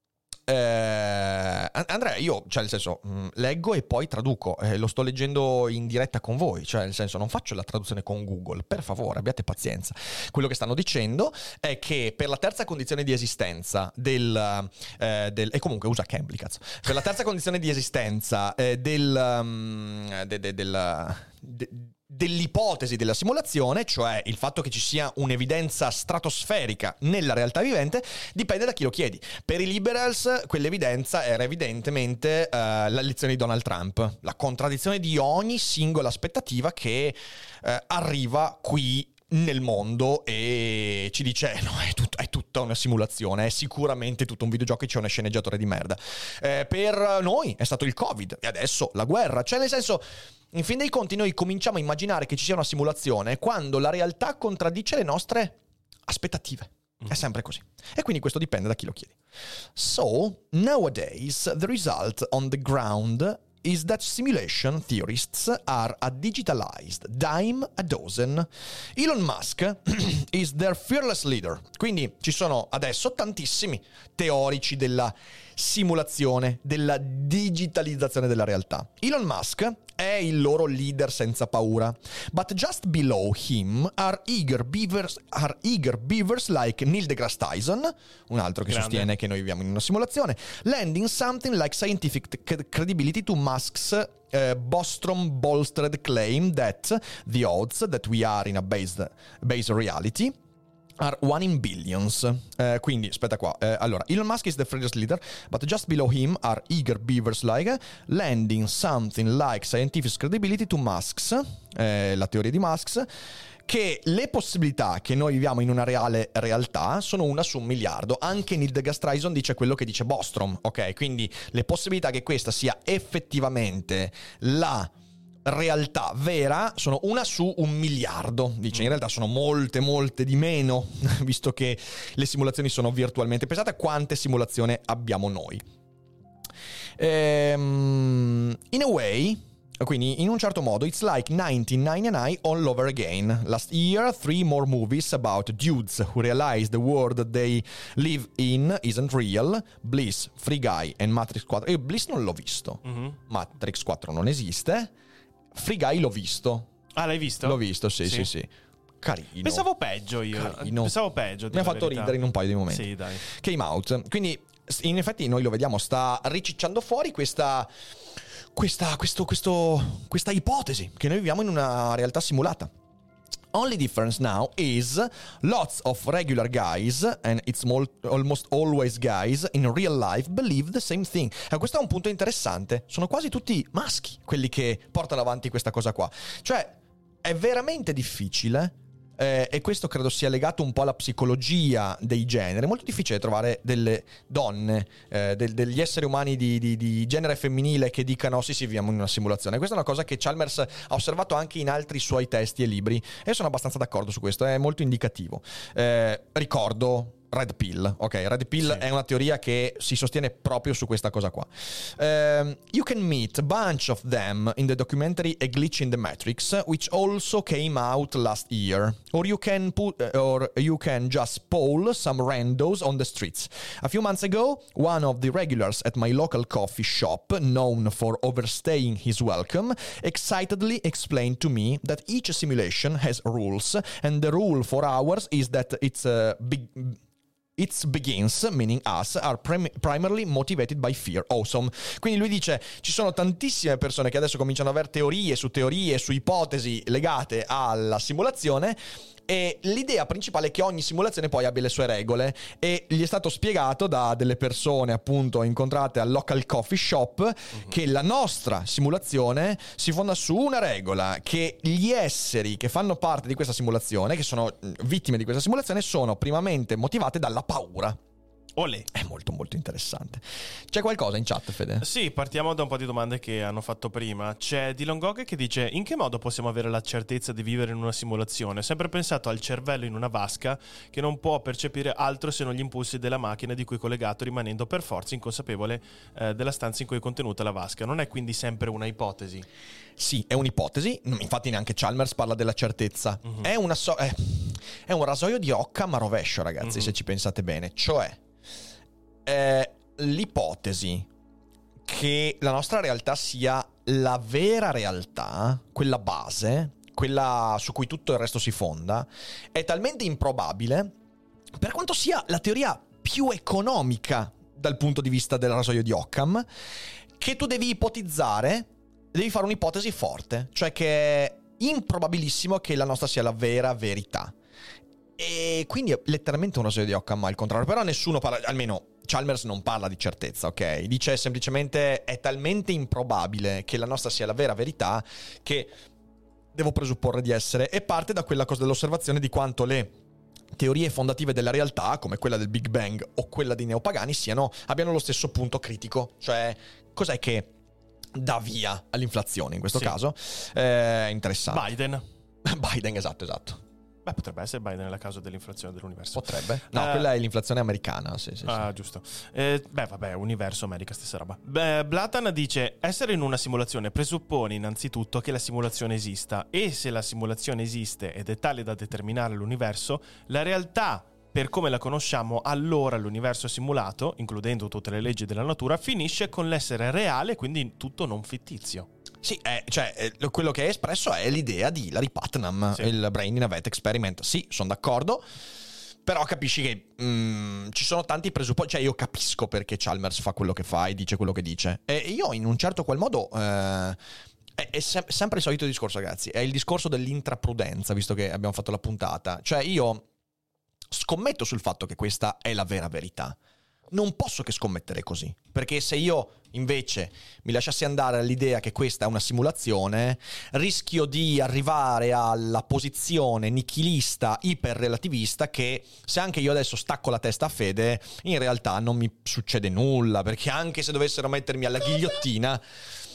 Eh, Andrea, io, cioè nel senso, mh, leggo e poi traduco, eh, lo sto leggendo in diretta con voi, cioè nel senso non faccio la traduzione con Google, per favore abbiate pazienza. Quello che stanno dicendo è che per la terza condizione di esistenza del, eh, del e comunque usa Cambly, cazzo, per la terza condizione di esistenza eh, del, um, de, de, del de, dell'ipotesi della simulazione, cioè il fatto che ci sia un'evidenza stratosferica nella realtà vivente, dipende da chi lo chiedi. Per i liberals quell'evidenza era evidentemente uh, l'elezione di Donald Trump, la contraddizione di ogni singola aspettativa che uh, arriva qui nel mondo e ci dice no, è, tut- è tutta una simulazione, è sicuramente tutto un videogioco e c'è una sceneggiatore di merda. Eh, per noi è stato il Covid e adesso la guerra, cioè nel senso, in fin dei conti noi cominciamo a immaginare che ci sia una simulazione quando la realtà contraddice le nostre aspettative. È sempre così. E quindi questo dipende da chi lo chiedi. So, nowadays, the result on the ground is that simulation theorists are a digitalized dime a dozen. Elon Musk is their fearless leader. Quindi ci sono adesso tantissimi teorici della simulazione, della digitalizzazione della realtà. Elon Musk è il loro leader senza paura. But just below him are eager beavers, are eager beavers like Neil deGrasse Tyson, un altro che Grande. sostiene che noi viviamo in una simulazione, lending something like scientific c- credibility to Musk's uh, Bostrom bolstered claim that the odds that we are in a based, based reality are one in billions. Uh, quindi, aspetta qua. Uh, allora, Elon Musk is the fearless leader, but just below him are eager beavers like, lending something like scientific credibility to Musk's, uh, la teoria di Musk's, che le possibilità che noi viviamo in una reale realtà sono una su un miliardo. Anche Neil deGrasse Tyson dice quello che dice Bostrom, ok? Quindi le possibilità che questa sia effettivamente la realtà vera sono una su un miliardo. Dice in realtà sono molte molte di meno, visto che le simulazioni sono virtualmente. Pensate a quante simulazioni abbiamo noi. Ehm, in a way, quindi in un certo modo, it's like nineteen ninety-nine all over again. Last year, three more movies about dudes who realize the world they live in isn't real. Bliss, Free Guy e Matrix quattro. Io Bliss non l'ho visto. Mm-hmm. Matrix quattro non esiste. Free Guy l'ho visto. Ah, l'hai visto? L'ho visto, sì, sì, sì. sì. Carino. Pensavo peggio io. Carino. Pensavo peggio. Mi ha fatto verità. ridere in un paio di momenti. Sì, dai. Came Out. Quindi, in effetti, noi lo vediamo, sta ricicciando fuori questa... Questa, questo, questo, questa ipotesi che noi viviamo in una realtà simulata. Only difference now is lots of regular guys, and it's mol- almost always guys, in real life believe the same thing. E questo è un punto interessante. Sono quasi tutti maschi quelli che portano avanti questa cosa qua. Cioè, è veramente difficile, eh, e questo credo sia legato un po' alla psicologia dei generi. È molto difficile trovare delle donne, eh, del, degli esseri umani di, di, di genere femminile che dicano sì sì viviamo in una simulazione. Questa è una cosa che Chalmers ha osservato anche in altri suoi testi e libri e sono abbastanza d'accordo su questo, è molto indicativo. Eh, ricordo Red Pill, ok, Red Pill sì. È una teoria che si sostiene proprio su questa cosa qua. Um, you can meet a bunch of them in the documentary A Glitch in the Matrix, which also came out last year. Or you can put, uh, or you can just poll some randos on the streets. A few months ago, one of the regulars at my local coffee shop, known for overstaying his welcome, excitedly explained to me that each simulation has rules, and the rule for ours is that it's a big... Its begins, meaning us, are prim- primarily motivated by fear. Awesome. Quindi lui dice, ci sono tantissime persone che adesso cominciano ad avere teorie su teorie, su ipotesi legate alla simulazione, e l'idea principale è che ogni simulazione poi abbia le sue regole, e gli è stato spiegato da delle persone appunto incontrate al local coffee shop uh-huh. che la nostra simulazione si fonda su una regola, che gli esseri che fanno parte di questa simulazione, che sono vittime di questa simulazione, sono primamente motivate dalla paura. Olè. È molto molto interessante. C'è qualcosa in chat, Fede? Sì, partiamo da un po' di domande che hanno fatto prima. C'è Dylan Gog che dice: in che modo possiamo avere la certezza di vivere in una simulazione? Ho sempre pensato al cervello in una vasca che non può percepire altro se non gli impulsi della macchina di cui è collegato, rimanendo per forza inconsapevole eh, della stanza in cui è contenuta la vasca. Non è quindi sempre una ipotesi? Sì, è un'ipotesi. Infatti neanche Chalmers parla della certezza. Uh-huh. È, una so- è, è un rasoio di Occam a rovescio, ragazzi, uh-huh. se ci pensate bene. Cioè Eh, l'ipotesi che la nostra realtà sia la vera realtà, quella base, quella su cui tutto il resto si fonda, è talmente improbabile, per quanto sia la teoria più economica dal punto di vista del rasoio di Occam, che tu devi ipotizzare, devi fare un'ipotesi forte, cioè che è improbabilissimo che la nostra sia la vera verità. E quindi è letteralmente un rasoio di Occam al contrario. Però nessuno parla, almeno Chalmers non parla di certezza, ok? Dice semplicemente è talmente improbabile che la nostra sia la vera verità che devo presupporre di essere, e parte da quella cosa dell'osservazione di quanto le teorie fondative della realtà, come quella del Big Bang o quella dei neopagani, siano, abbiano lo stesso punto critico. Cioè, cos'è che dà via all'inflazione in questo sì. caso? È eh, interessante. Biden. Biden, esatto, esatto. Beh, potrebbe essere Biden la causa dell'inflazione dell'universo. Potrebbe. No, uh, quella è l'inflazione americana. Sì, sì, ah, sì. giusto. Eh, beh, vabbè, universo, America, stessa roba. Beh, Blatan dice: essere in una simulazione presuppone innanzitutto che la simulazione esista, e se la simulazione esiste ed è tale da determinare l'universo, la realtà per come la conosciamo allora l'universo simulato, includendo tutte le leggi della natura, finisce con l'essere reale, quindi tutto non fittizio. Sì, eh, cioè eh, quello che è espresso è l'idea di Larry Putnam, sì. il Brain in a Vat Experiment. Sì, sono d'accordo, però capisci che mm, ci sono tanti presupposti. Cioè io capisco perché Chalmers fa quello che fa e dice quello che dice, e io in un certo qual modo eh, è, è sem- sempre il solito discorso, ragazzi. È il discorso dell'intraprudenza, visto che abbiamo fatto la puntata. Cioè io scommetto sul fatto che questa è la vera verità. Non posso che scommettere così, perché se io invece mi lasciassi andare all'idea che questa è una simulazione, rischio di arrivare alla posizione nichilista, iperrelativista, che se anche io adesso stacco la testa a Fede, in realtà non mi succede nulla, perché anche se dovessero mettermi alla ghigliottina,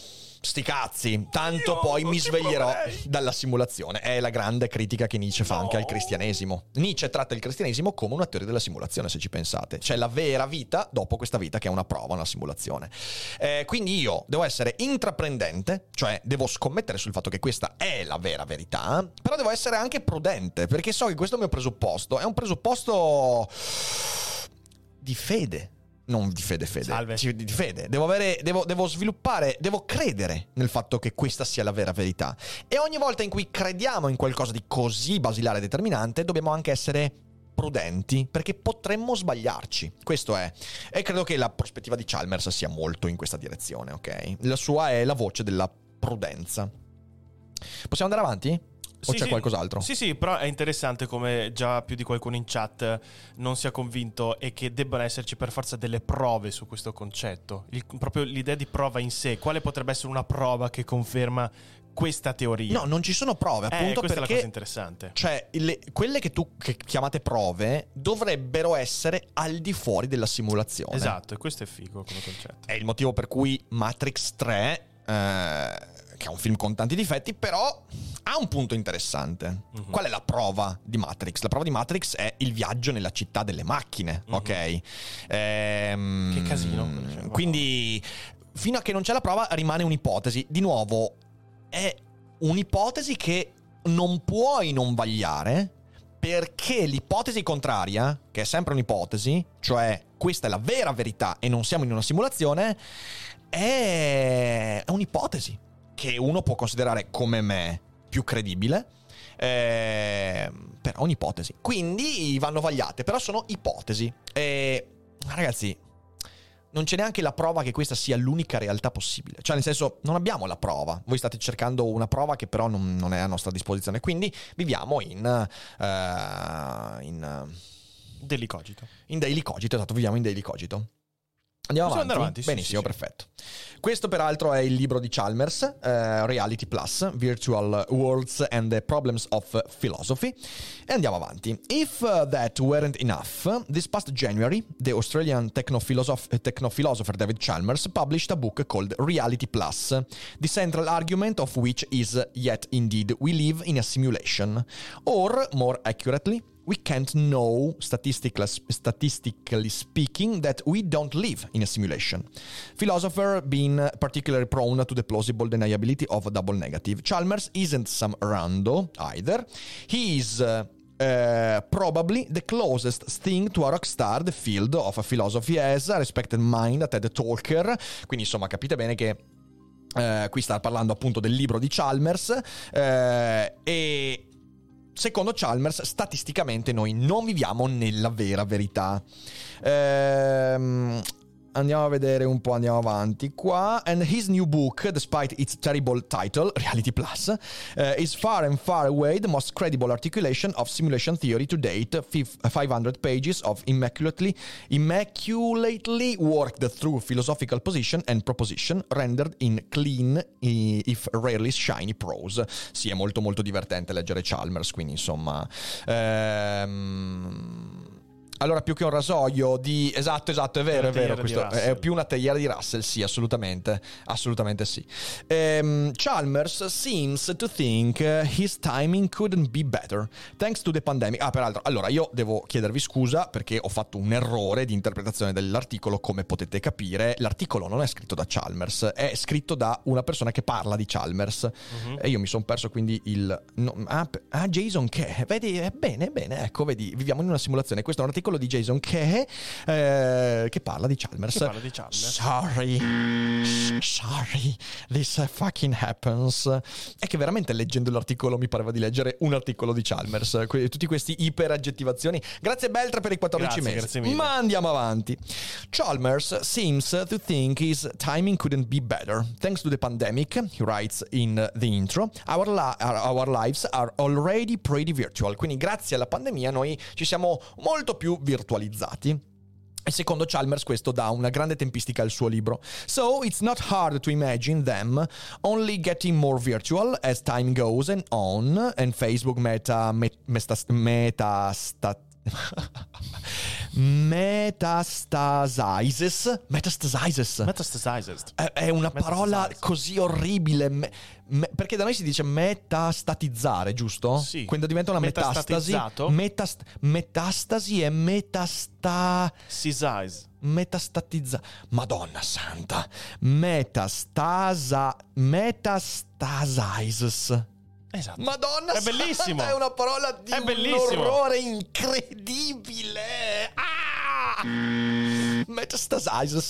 sti cazzi, tanto Io poi non mi ci sveglierò proverei. dalla simulazione. È la grande critica che Nietzsche fa No. anche al cristianesimo. Nietzsche tratta il cristianesimo come una teoria della simulazione, se ci pensate. C'è la vera vita dopo questa vita, che è una prova, una simulazione. Eh, quindi io devo essere intraprendente, cioè devo scommettere sul fatto che questa è la vera verità, però devo essere anche prudente, perché so che questo mio presupposto è un presupposto di fede. Non di fede fede, Salve. Sì, di fede. Devo avere, devo, devo sviluppare, devo credere nel fatto che questa sia la vera verità. E ogni volta in cui crediamo in qualcosa di così basilare e determinante, dobbiamo anche essere prudenti, perché potremmo sbagliarci. Questo è. E credo che la prospettiva di Chalmers sia molto in questa direzione, ok? La sua è la voce della prudenza. Possiamo andare avanti? O Sì, c'è sì. qualcos'altro? Sì, sì, però è interessante come già più di qualcuno in chat non sia convinto e che debbano esserci per forza delle prove su questo concetto. Il- proprio l'idea di prova in sé. Quale potrebbe essere una prova che conferma questa teoria? No, non ci sono prove, Eh, appunto questa è la perché cosa interessante. cioè, le- quelle che tu che chiamate prove dovrebbero essere al di fuori della simulazione. Esatto, e questo è figo come concetto. È il motivo per cui Matrix tre, eh, che è un film con tanti difetti, però ha un punto interessante. Mhm. Qual è la prova di Matrix? La prova di Matrix è il viaggio nella città delle macchine, Mhm. ok? Ehm, Che casino. Cioè, Quindi, fino a che non c'è la prova, rimane un'ipotesi. Di nuovo, è un'ipotesi che non puoi non vagliare, perché l'ipotesi contraria, che è sempre un'ipotesi, cioè questa è la vera verità e non siamo in una simulazione, è è un'ipotesi che uno può considerare come me più credibile, eh, però è un'ipotesi. Quindi vanno vagliate, però sono ipotesi. E ragazzi, non c'è neanche la prova che questa sia l'unica realtà possibile. Cioè, nel senso, non abbiamo la prova. Voi state cercando una prova che però non, non è a nostra disposizione. Quindi viviamo in... eh, in, Daily Cogito. in daily cogito, esatto, viviamo in daily cogito. Andiamo Possiamo avanti? andare avanti, sì, Benissimo, sì, sì. perfetto. Questo peraltro è il libro di Chalmers, eh, Reality Plus, Virtual Worlds and the Problems of Philosophy. E andiamo avanti. If uh, that weren't enough, this past January, the Australian techno-philosoph- techno-philosopher David Chalmers published a book called Reality Plus, the central argument of which is, yet indeed, we live in a simulation. Or, more accurately, we can't know, statistically, statistically speaking, that we don't live in a simulation. Philosopher being particularly prone to the plausible deniability of a double negative. Chalmers isn't some rando either. He is uh, uh, probably the closest thing to a rock star the field of philosophy has, a respected mind, a TED talker. Quindi insomma capite bene che uh, qui sta parlando appunto del libro di Chalmers uh, e... Secondo Chalmers, statisticamente noi non viviamo nella vera verità. Ehm, andiamo a vedere un po', andiamo avanti qua. And his new book, despite its terrible title, Reality Plus, uh, is far and far away the most credible articulation of simulation theory to date. five hundred pages of immaculately, immaculately worked through philosophical position and proposition, rendered in clean, if rarely shiny prose. Sì, è molto molto divertente leggere Chalmers, quindi insomma... Ehm... Allora, più che un rasoio di... Esatto, esatto, è vero, Una è vero. teiera Questo di Russell. è più una teiera di Russell, sì, assolutamente. Assolutamente sì. Ehm, Chalmers seems to think uh, his timing couldn't be better, thanks to the pandemic. Ah, peraltro, allora, io devo chiedervi scusa perché ho fatto un errore di interpretazione dell'articolo, come potete capire. L'articolo non è scritto da Chalmers, è scritto da una persona che parla di Chalmers. Mhm. E io mi sono perso quindi il... no, ah, p- ah, Jason Keh. Vedi, è bene, bene, ecco, vedi, viviamo in una simulazione. Questo è un articolo di Jason Keh eh, che parla di Chalmers. Che parla di Chalmers. Sorry, sorry, this uh, fucking happens. È che veramente leggendo l'articolo mi pareva di leggere un articolo di Chalmers. Que- tutti questi iperaggettivazioni. Grazie Beltra per i quattordici Grazie, mesi. grazie mille. Ma andiamo avanti. Chalmers seems to think his timing couldn't be better. Thanks to the pandemic, he writes in the intro, our, li- our, our lives are already pretty virtual. Quindi grazie alla pandemia noi ci siamo molto più virtualizzati. E secondo Chalmers questo dà una grande tempistica al suo libro. So it's not hard to imagine them only getting more virtual as time goes and on, and Facebook meta, met, meta, meta stat, Metastasizes. Metastasizes. Metastasizes. È, è una parola Metastasizes. così orribile. Me- me- perché da noi si dice metastatizzare, giusto? Sì. Quando diventa una metastasi. Metastatizzato? Metast- metastasi è metasta. Size. Metastatizza. Madonna santa. Metastasa. Metastasizes. Esatto. Madonna È santa, bellissimo. è una parola di È un bellissimo. orrore incredibile. Ah! Metastasizes.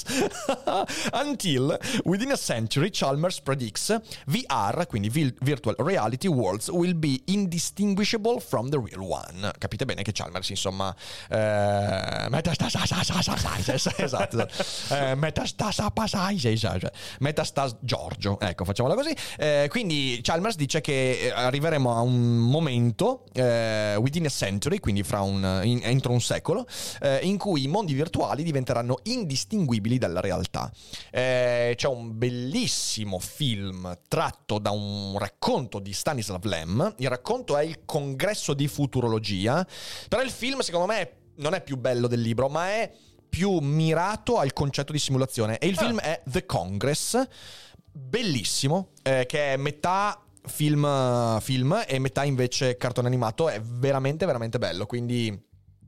Until within a century, Chalmers predicts V R, quindi vil- virtual reality worlds, will be indistinguishable from the real one. Capite bene che Chalmers, insomma, eh, metastasizes, esatto, eh, metastasizes, metastas Giorgio, ecco, facciamola così. Eh, quindi Chalmers dice che arriveremo a un momento, eh, within a century, quindi fra un, in, entro un secolo, eh, in cui i mondi virtuali diventeranno indistinguibili dalla realtà. Eh, c'è un bellissimo film tratto da un racconto di Stanislav Lem. Il racconto è Il congresso di futurologia, però il film secondo me non è più bello del libro, ma è più mirato al concetto di simulazione, e il film è The Congress, bellissimo, eh, che è metà film, film e metà invece cartone animato. È veramente veramente bello, quindi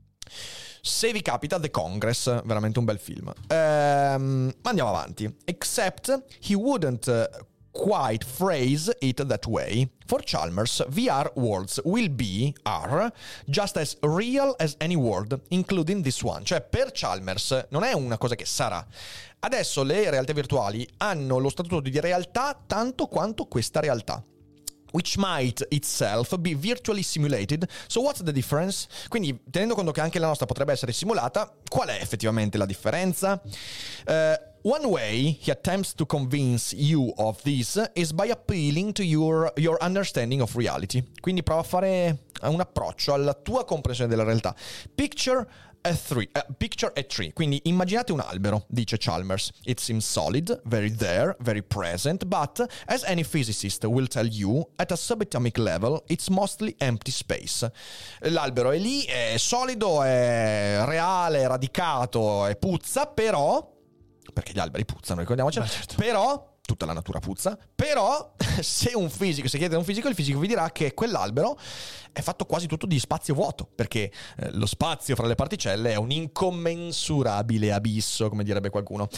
se vi capita, The Congress, veramente un bel film. Ehm, andiamo avanti. Except he wouldn't uh, quite phrase it that way. For Chalmers, V R worlds will be, are, just as real as any world, including this one. Cioè, per Chalmers non è una cosa che sarà. Adesso le realtà virtuali hanno lo statuto di realtà tanto quanto questa realtà, which might itself be virtually simulated. So what's the difference? Quindi, tenendo conto che anche la nostra potrebbe essere simulata, qual è effettivamente la differenza? Uh, one way he attempts to convince you of this is by appealing to your, your understanding of reality. Quindi prova a fare un approccio alla tua comprensione della realtà. Picture a tree, uh, picture a tree. Quindi immaginate un albero, dice Chalmers. It seems solid, very there, very present, but as any physicist will tell you, at a subatomic level, it's mostly empty space. L'albero è lì, è solido, è reale, è radicato, è puzza, però, perché gli alberi puzzano, ricordiamocelo, certo. Però tutta la natura puzza, però se un fisico, se chiedete a un fisico, il fisico vi dirà che quell'albero è fatto quasi tutto di spazio vuoto, perché eh, lo spazio fra le particelle è un incommensurabile abisso, come direbbe qualcuno.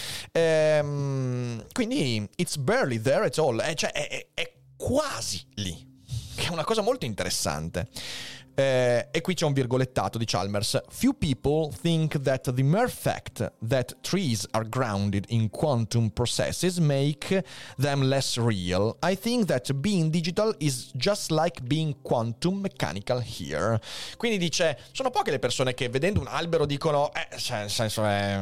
Ehm, quindi it's barely there at all, eh, cioè è, è, è quasi lì, che è una cosa molto interessante. Eh, e qui c'è un virgolettato di Chalmers. Few people think that the mere fact that trees are grounded in quantum processes make them less real. I think that being digital is just like being quantum mechanical here. Quindi dice, sono poche le persone che vedendo un albero dicono eh, cioè, nel senso è,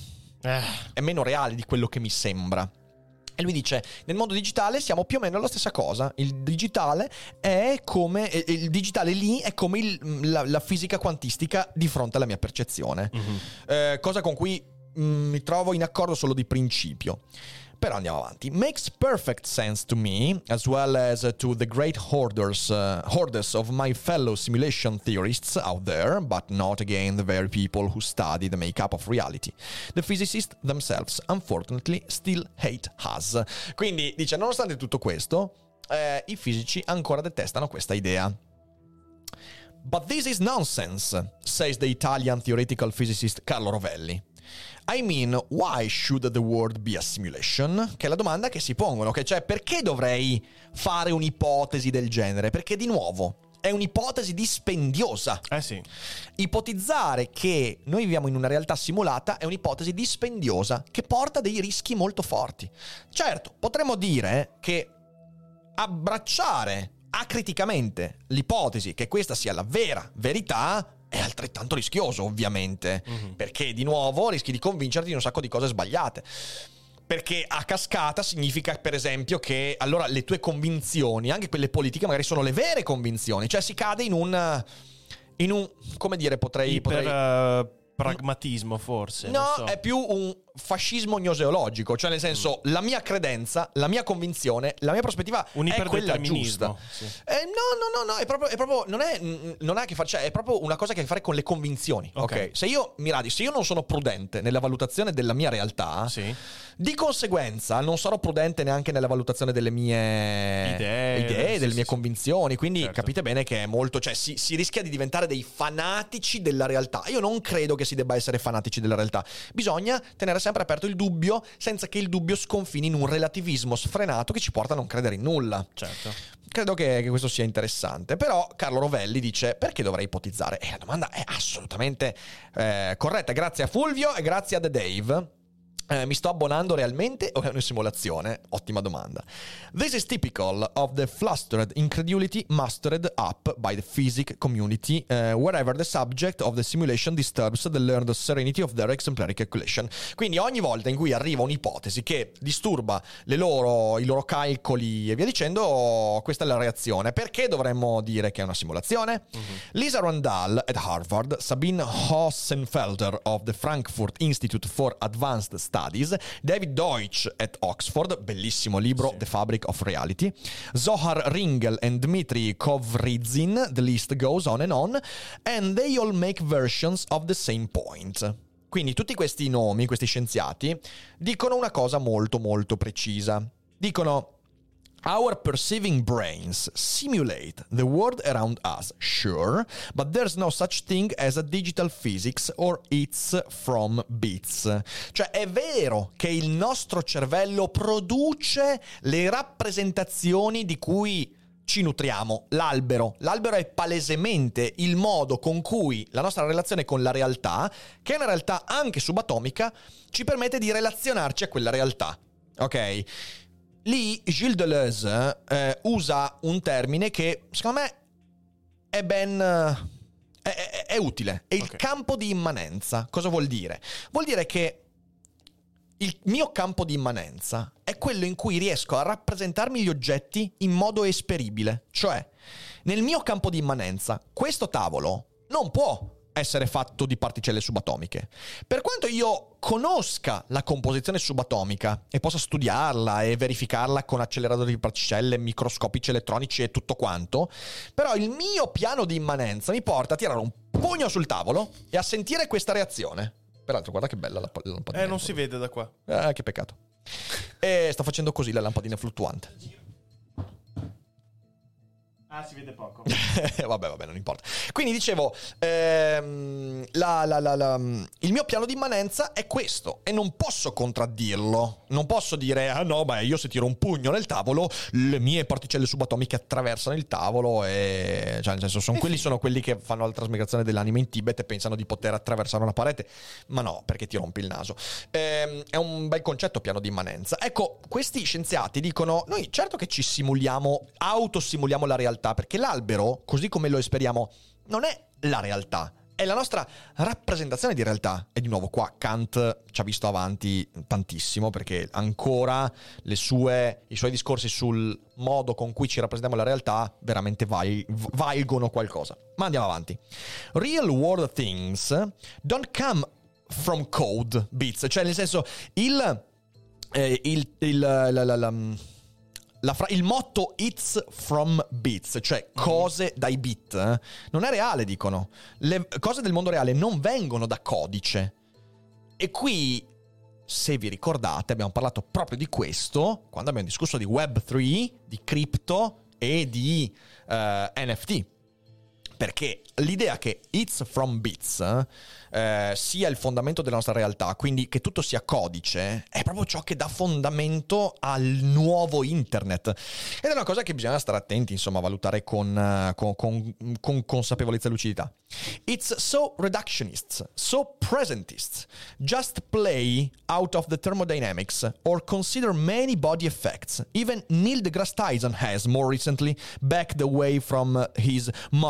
è meno reale di quello che mi sembra. E lui dice, nel mondo digitale siamo più o meno la stessa cosa. Il digitale è come, il digitale lì è come il, la, la fisica quantistica di fronte alla mia percezione. Mm-hmm. Eh, cosa con cui mh, mi trovo in accordo solo di principio. Però andiamo avanti. Makes perfect sense to me, as well as to the great hoarders, uh, hoarders of my fellow simulation theorists out there, but not again the very people who study the makeup of reality. The physicists themselves, unfortunately, still hate us. Quindi dice, nonostante tutto questo, eh, i fisici ancora detestano questa idea. But this is nonsense, says the Italian theoretical physicist Carlo Rovelli. I mean, why should the world be a simulation? Che è la domanda che si pongono, che cioè perché dovrei fare un'ipotesi del genere? Perché di nuovo è un'ipotesi dispendiosa. Eh sì. Ipotizzare che noi viviamo in una realtà simulata è un'ipotesi dispendiosa che porta dei rischi molto forti. Certo, potremmo dire che abbracciare acriticamente l'ipotesi che questa sia la vera verità è altrettanto rischioso, ovviamente, mm-hmm. perché di nuovo rischi di convincerti di un sacco di cose sbagliate. Perché a cascata significa, per esempio, che allora le tue convinzioni, anche quelle politiche, magari sono le vere convinzioni, cioè si cade in un in un come dire, potrei Iper, potrei uh, pragmatismo forse. No, non so. è più un fascismo gnoseologico, cioè nel senso mm. la mia credenza, la mia convinzione, la mia prospettiva è quella giusta. Sì. Eh, no, no, no, no, è proprio, è proprio non è non è che faccia, è proprio una cosa che ha a che fare con le convinzioni. Ok, okay? Se io mi radi, se io non sono prudente nella valutazione della mia realtà, sì. di conseguenza non sarò prudente neanche nella valutazione delle mie idee, idee sì, delle sì, mie sì. convinzioni. Quindi certo. capite bene che è molto, cioè si, si rischia di diventare dei fanatici della realtà. Io non credo che si debba essere fanatici della realtà. Bisogna tenere sempre aperto il dubbio, senza che il dubbio sconfini in un relativismo sfrenato che ci porta a non credere in nulla. Certo. Credo che, che questo sia interessante. Però Carlo Rovelli dice: perché dovrei ipotizzare? E la domanda è assolutamente eh, corretta. Grazie a Fulvio e grazie a The Dave. Eh, mi sto abbonando realmente o è una simulazione? Ottima domanda. This is typical of the flustered incredulity mustered up by the physics community uh, wherever the subject of the simulation disturbs the learned serenity of their exemplary calculation. Quindi ogni volta in cui arriva un'ipotesi che disturba le loro, i loro calcoli e via dicendo, questa è la reazione. Perché dovremmo dire che è una simulazione? Mm-hmm. Lisa Randall at Harvard, Sabine Hossenfelder of the Frankfurt Institute for Advanced Studies, David Deutsch at Oxford, bellissimo libro, sì. The Fabric of Reality, Zohar Ringel and Dmitry Kovrizin, the list goes on and on, and they all make versions of the same point. Quindi tutti questi nomi, questi scienziati, dicono una cosa molto molto precisa. Dicono: our perceiving brains simulate the world around us, sure, but there's no such thing as a digital physics or it's from bits. Cioè è vero che il nostro cervello produce le rappresentazioni di cui ci nutriamo, l'albero. L'albero è palesemente il modo con cui la nostra relazione con la realtà, che è una realtà anche subatomica, ci permette di relazionarci a quella realtà. Ok? Lì Gilles Deleuze eh, usa un termine che secondo me è ben è, è, è utile, è il okay. campo di immanenza. Cosa vuol dire? Vuol dire che il mio campo di immanenza è quello in cui riesco a rappresentarmi gli oggetti in modo esperibile. Cioè, nel mio campo di immanenza questo tavolo non può essere fatto di particelle subatomiche. Per quanto io conosca la composizione subatomica e possa studiarla e verificarla con acceleratori di particelle, microscopici elettronici e tutto quanto, però il mio piano di immanenza mi porta a tirare un pugno sul tavolo e a sentire questa reazione. Peraltro, guarda che bella la, la lampadina. Eh, non si vede da qua. Eh, che peccato. E sta facendo così la lampadina fluttuante. Ah, si vede poco. vabbè, vabbè, non importa. Quindi dicevo, ehm, la, la, la, la, il mio piano di immanenza è questo e non posso contraddirlo. Non posso dire, ah no, beh, io se tiro un pugno nel tavolo, le mie particelle subatomiche attraversano il tavolo e... Cioè, nel senso, sono quelli sono quelli che fanno la trasmigrazione dell'anima in Tibet e pensano di poter attraversare una parete. Ma no, perché ti rompi il naso. Ehm, è un bel concetto, piano di immanenza. Ecco, questi scienziati dicono, noi certo che ci simuliamo, autosimuliamo la realtà, perché l'albero, così come lo esperiamo, non è la realtà, è la nostra rappresentazione di realtà. E di nuovo qua Kant ci ha visto avanti tantissimo, perché ancora le sue, i suoi discorsi sul modo con cui ci rappresentiamo la realtà veramente val, valgono qualcosa. Ma andiamo avanti. Real world things don't come from code, bits. Cioè nel senso, il eh, il, il la, la, la, la La fra- il motto it's from bits, cioè cose dai bit, eh, non è reale, dicono. Le cose del mondo reale non vengono da codice. E qui, se vi ricordate, abbiamo parlato proprio di questo quando abbiamo discusso di web tre, di cripto e di uh, N F T. Perché l'idea che it's from bits eh, sia il fondamento della nostra realtà, quindi che tutto sia codice, è proprio ciò che dà fondamento al nuovo internet. Ed è una cosa che bisogna stare attenti, insomma, a valutare con, con, con, con consapevolezza e lucidità. It's so reductionist, so presentist. Just play out of the thermodynamics or consider many body effects. Even Neil deGrasse Tyson has more recently backed away from his Moskian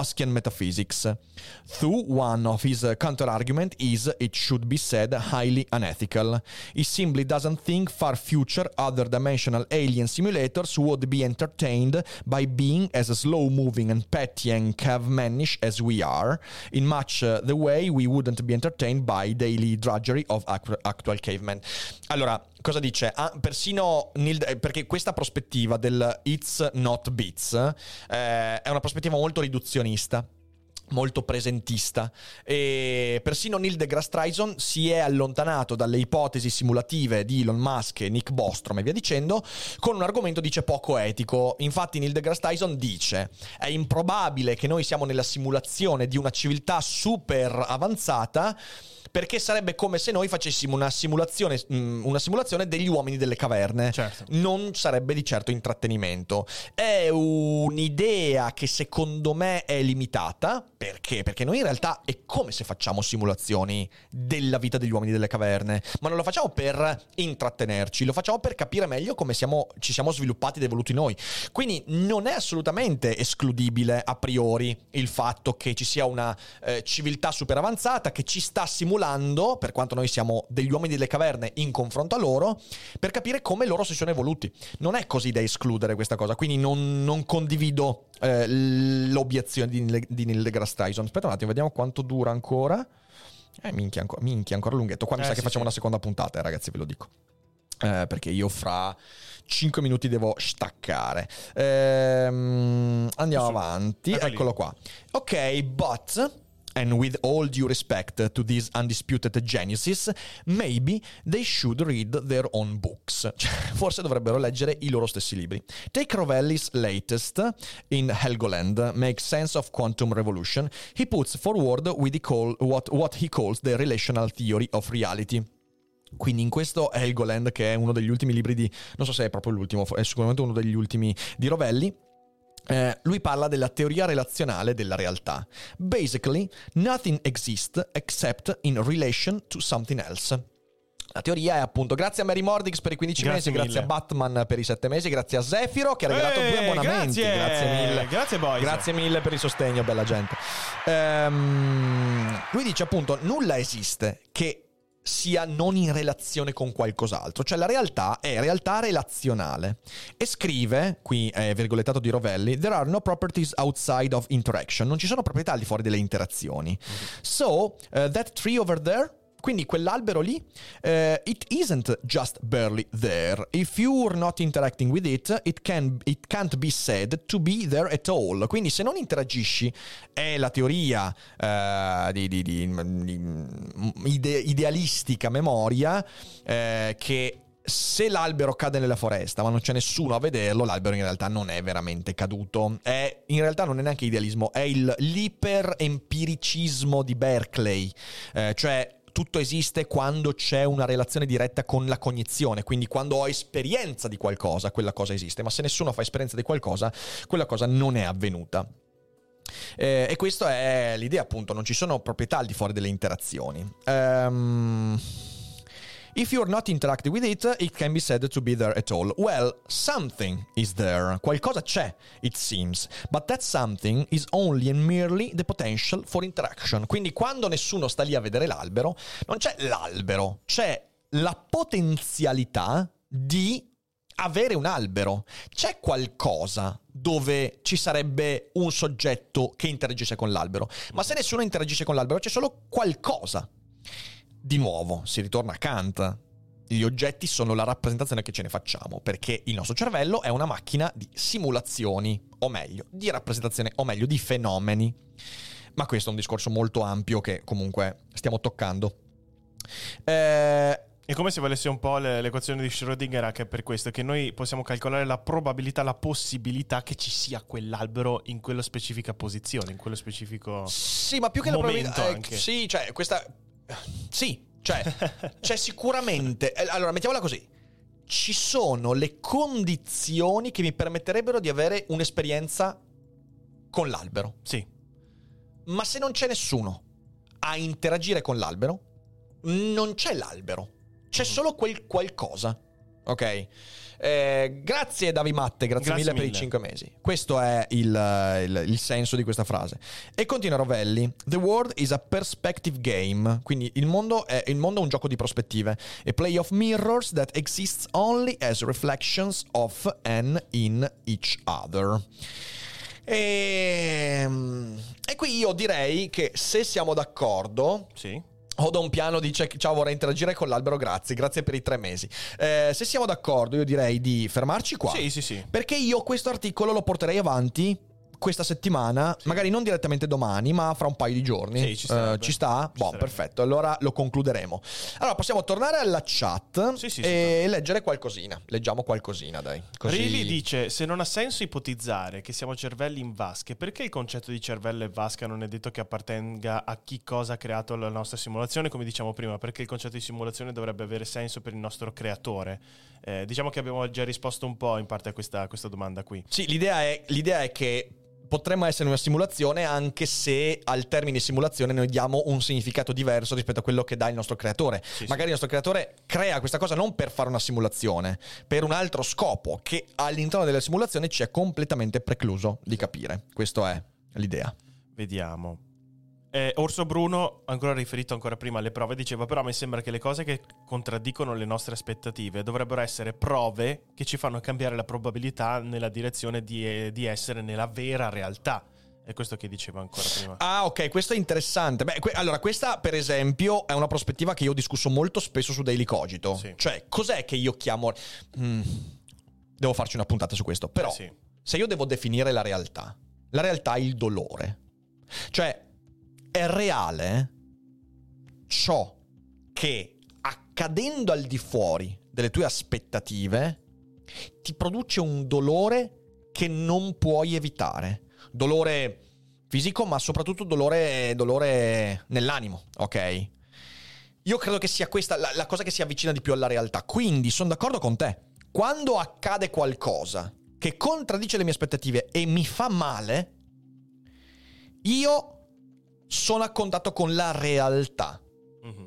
metaphysics. Though one of his counter-argument is, it should be said, highly unethical. He simply doesn't think far future other dimensional alien simulators would be entertained by being as slow-moving and petty and caveman-ish as we are, in much uh, the way we wouldn't be entertained by daily drudgery of ac- actual cavemen. Allora, cosa dice? Ah, persino Neil, perché questa prospettiva del it's not bits eh, è una prospettiva molto riduzionista, molto presentista, e persino Neil deGrasse Tyson si è allontanato dalle ipotesi simulative di Elon Musk e Nick Bostrom e via dicendo, con un argomento, dice, poco etico. Infatti Neil deGrasse Tyson dice: è improbabile che noi siamo nella simulazione di una civiltà super avanzata, perché sarebbe come se noi facessimo una simulazione, una simulazione degli uomini delle caverne. Certo. Non sarebbe di certo intrattenimento. È un'idea che secondo me è limitata. Perché? Perché noi in realtà è come se facciamo simulazioni della vita degli uomini delle caverne, ma non lo facciamo per intrattenerci, lo facciamo per capire meglio come siamo, ci siamo sviluppati ed evoluti noi. Quindi non è assolutamente escludibile a priori il fatto che ci sia una eh, civiltà super avanzata che ci sta simulando, per quanto noi siamo degli uomini delle caverne in confronto a loro, per capire come loro si sono evoluti. Non è così da escludere questa cosa, quindi non, non condivido eh, l'obiezione di, di Neil deGrasse Tyson. Aspetta un attimo, vediamo quanto dura ancora. Eh, minchia, ancora, minchia, ancora lunghetto. Qua mi eh, sa sì, che facciamo sì. una seconda puntata, eh, ragazzi, ve lo dico. Eh, perché io fra cinque minuti devo staccare. Ehm, andiamo Su. avanti. Ecco lì. Eccolo qua. Ok, but... and with all due respect to these undisputed geniuses, maybe they should read their own books. Cioè, forse dovrebbero leggere i loro stessi libri. Take Rovelli's latest, In Helgoland, Makes Sense of Quantum Revolution. He puts forward with he call, what, what he calls the relational theory of reality. Quindi in questo Helgoland, che è uno degli ultimi libri di... non so se è proprio l'ultimo, è sicuramente uno degli ultimi di Rovelli, Eh, lui parla della teoria relazionale della realtà. Basically, nothing exists except in relation to something else. La teoria è appunto, grazie a Mary Mordix per i quindici Grazie mesi, grazie mille. a Batman per i sette mesi, grazie a Zefiro che ha regalato Eh, due abbonamenti. grazie. Grazie mille. Grazie, boys. Grazie mille per il sostegno, bella gente. Ehm, lui dice appunto, nulla esiste che sia non in relazione con qualcos'altro, cioè la realtà è realtà relazionale. E scrive, qui è virgolettato di Rovelli, there are no properties outside of interaction, non ci sono proprietà al di fuori delle interazioni. Mm-hmm. So, uh, that tree over there, quindi quell'albero lì, uh, it isn't just barely there. If you're not interacting with it, it, can, it can't be said to be there at all. Quindi se non interagisci, è la teoria uh, di, di, di, di ide- idealistica memoria uh, che se l'albero cade nella foresta ma non c'è nessuno a vederlo, l'albero in realtà non è veramente caduto. È, in realtà non è neanche idealismo, è il, l'iperempiricismo di Berkeley, uh, cioè tutto esiste quando c'è una relazione diretta con la cognizione, quindi quando ho esperienza di qualcosa, quella cosa esiste, ma se nessuno fa esperienza di qualcosa, quella cosa non è avvenuta. Eh, e questa è l'idea, appunto, non ci sono proprietà al di fuori delle interazioni. Um... If you're not interacting with it, it can be said to be there at all. Well, something is there. Qualcosa c'è, it seems. But that something is only and merely the potential for interaction. Quindi quando nessuno sta lì a vedere l'albero, non c'è l'albero, c'è la potenzialità di avere un albero. C'è qualcosa dove ci sarebbe un soggetto che interagisce con l'albero. Ma se nessuno interagisce con l'albero, c'è solo qualcosa. Di nuovo, si ritorna a Kant. Gli oggetti sono la rappresentazione che ce ne facciamo, perché il nostro cervello è una macchina di simulazioni, o meglio, di rappresentazione, o meglio, di fenomeni. Ma questo è un discorso molto ampio che comunque stiamo toccando. Eh... È come se volesse un po' l'equazione di Schrödinger, anche per questo, che noi possiamo calcolare la probabilità, la possibilità che ci sia quell'albero in quella specifica posizione, in quello specifico sì, ma più che la momento probabilità, anche. Eh, sì, cioè, questa... Sì, cioè, c'è sicuramente... Allora, mettiamola così. Ci sono le condizioni che mi permetterebbero di avere un'esperienza con l'albero. Sì. Ma se non c'è nessuno a interagire con l'albero, non c'è l'albero. C'è solo quel qualcosa. Ok. Eh, grazie Davi Matte, grazie, Grazie mille, mille per i cinque mesi. Questo è il, il, il senso di questa frase. E continua Rovelli: The world is a perspective game. Quindi il mondo è, il mondo è un gioco di prospettive. A play of mirrors that exists only as reflections of and in each other. E, e qui io direi che se siamo d'accordo, Sì. Oda un piano dice: ciao, vorrei interagire con l'albero, grazie, grazie per i tre mesi. Eh, se siamo d'accordo, io direi di fermarci qua. Sì, sì, sì. Perché io questo articolo lo porterei avanti questa settimana, sì. Magari non direttamente domani, ma fra un paio di giorni. Sì, ci starebbe. Uh, ci sta? Ci Boh, starebbe. perfetto. Allora lo concluderemo. Allora possiamo tornare alla chat, Sì, sì, e sì. leggere qualcosina. Leggiamo qualcosina, dai. Così... Riley dice: se non ha senso ipotizzare che siamo cervelli in vasche, perché il concetto di cervello e vasca non è detto che appartenga a chi cosa ha creato la nostra simulazione, come diciamo prima? Perché il concetto di simulazione dovrebbe avere senso per il nostro creatore. Eh, diciamo che abbiamo già risposto un po' in parte a questa, a questa domanda qui. Sì, l'idea è, l'idea è che potremmo essere una simulazione, anche se al termine simulazione noi diamo un significato diverso rispetto a quello che dà il nostro creatore. Sì, Magari sì. il nostro creatore crea questa cosa non per fare una simulazione, per un altro scopo che all'interno della simulazione ci è completamente precluso di capire. Questa è l'idea. Vediamo. Eh, Orso Bruno, ancora riferito ancora prima alle prove, diceva: però mi sembra che le cose che contraddicono le nostre aspettative dovrebbero essere prove che ci fanno cambiare la probabilità nella direzione di, di essere nella vera realtà. È questo che diceva ancora prima. Ah, ok, questo è interessante. Beh, que- allora, questa, per esempio, è una prospettiva che io ho discusso molto spesso su Daily Cogito. Sì. Cioè, cos'è che io chiamo... Mm, devo farci una puntata su questo. Però, Eh sì. se io devo definire la realtà, la realtà è il dolore. Cioè, è reale ciò che, accadendo al di fuori delle tue aspettative, ti produce un dolore che non puoi evitare. Dolore fisico, ma soprattutto dolore, dolore nell'animo, ok? Io credo che sia questa la, la cosa che si avvicina di più alla realtà. Quindi sono d'accordo con te. Quando accade qualcosa che contraddice le mie aspettative e mi fa male, io sono a contatto con la realtà. Mm-hmm.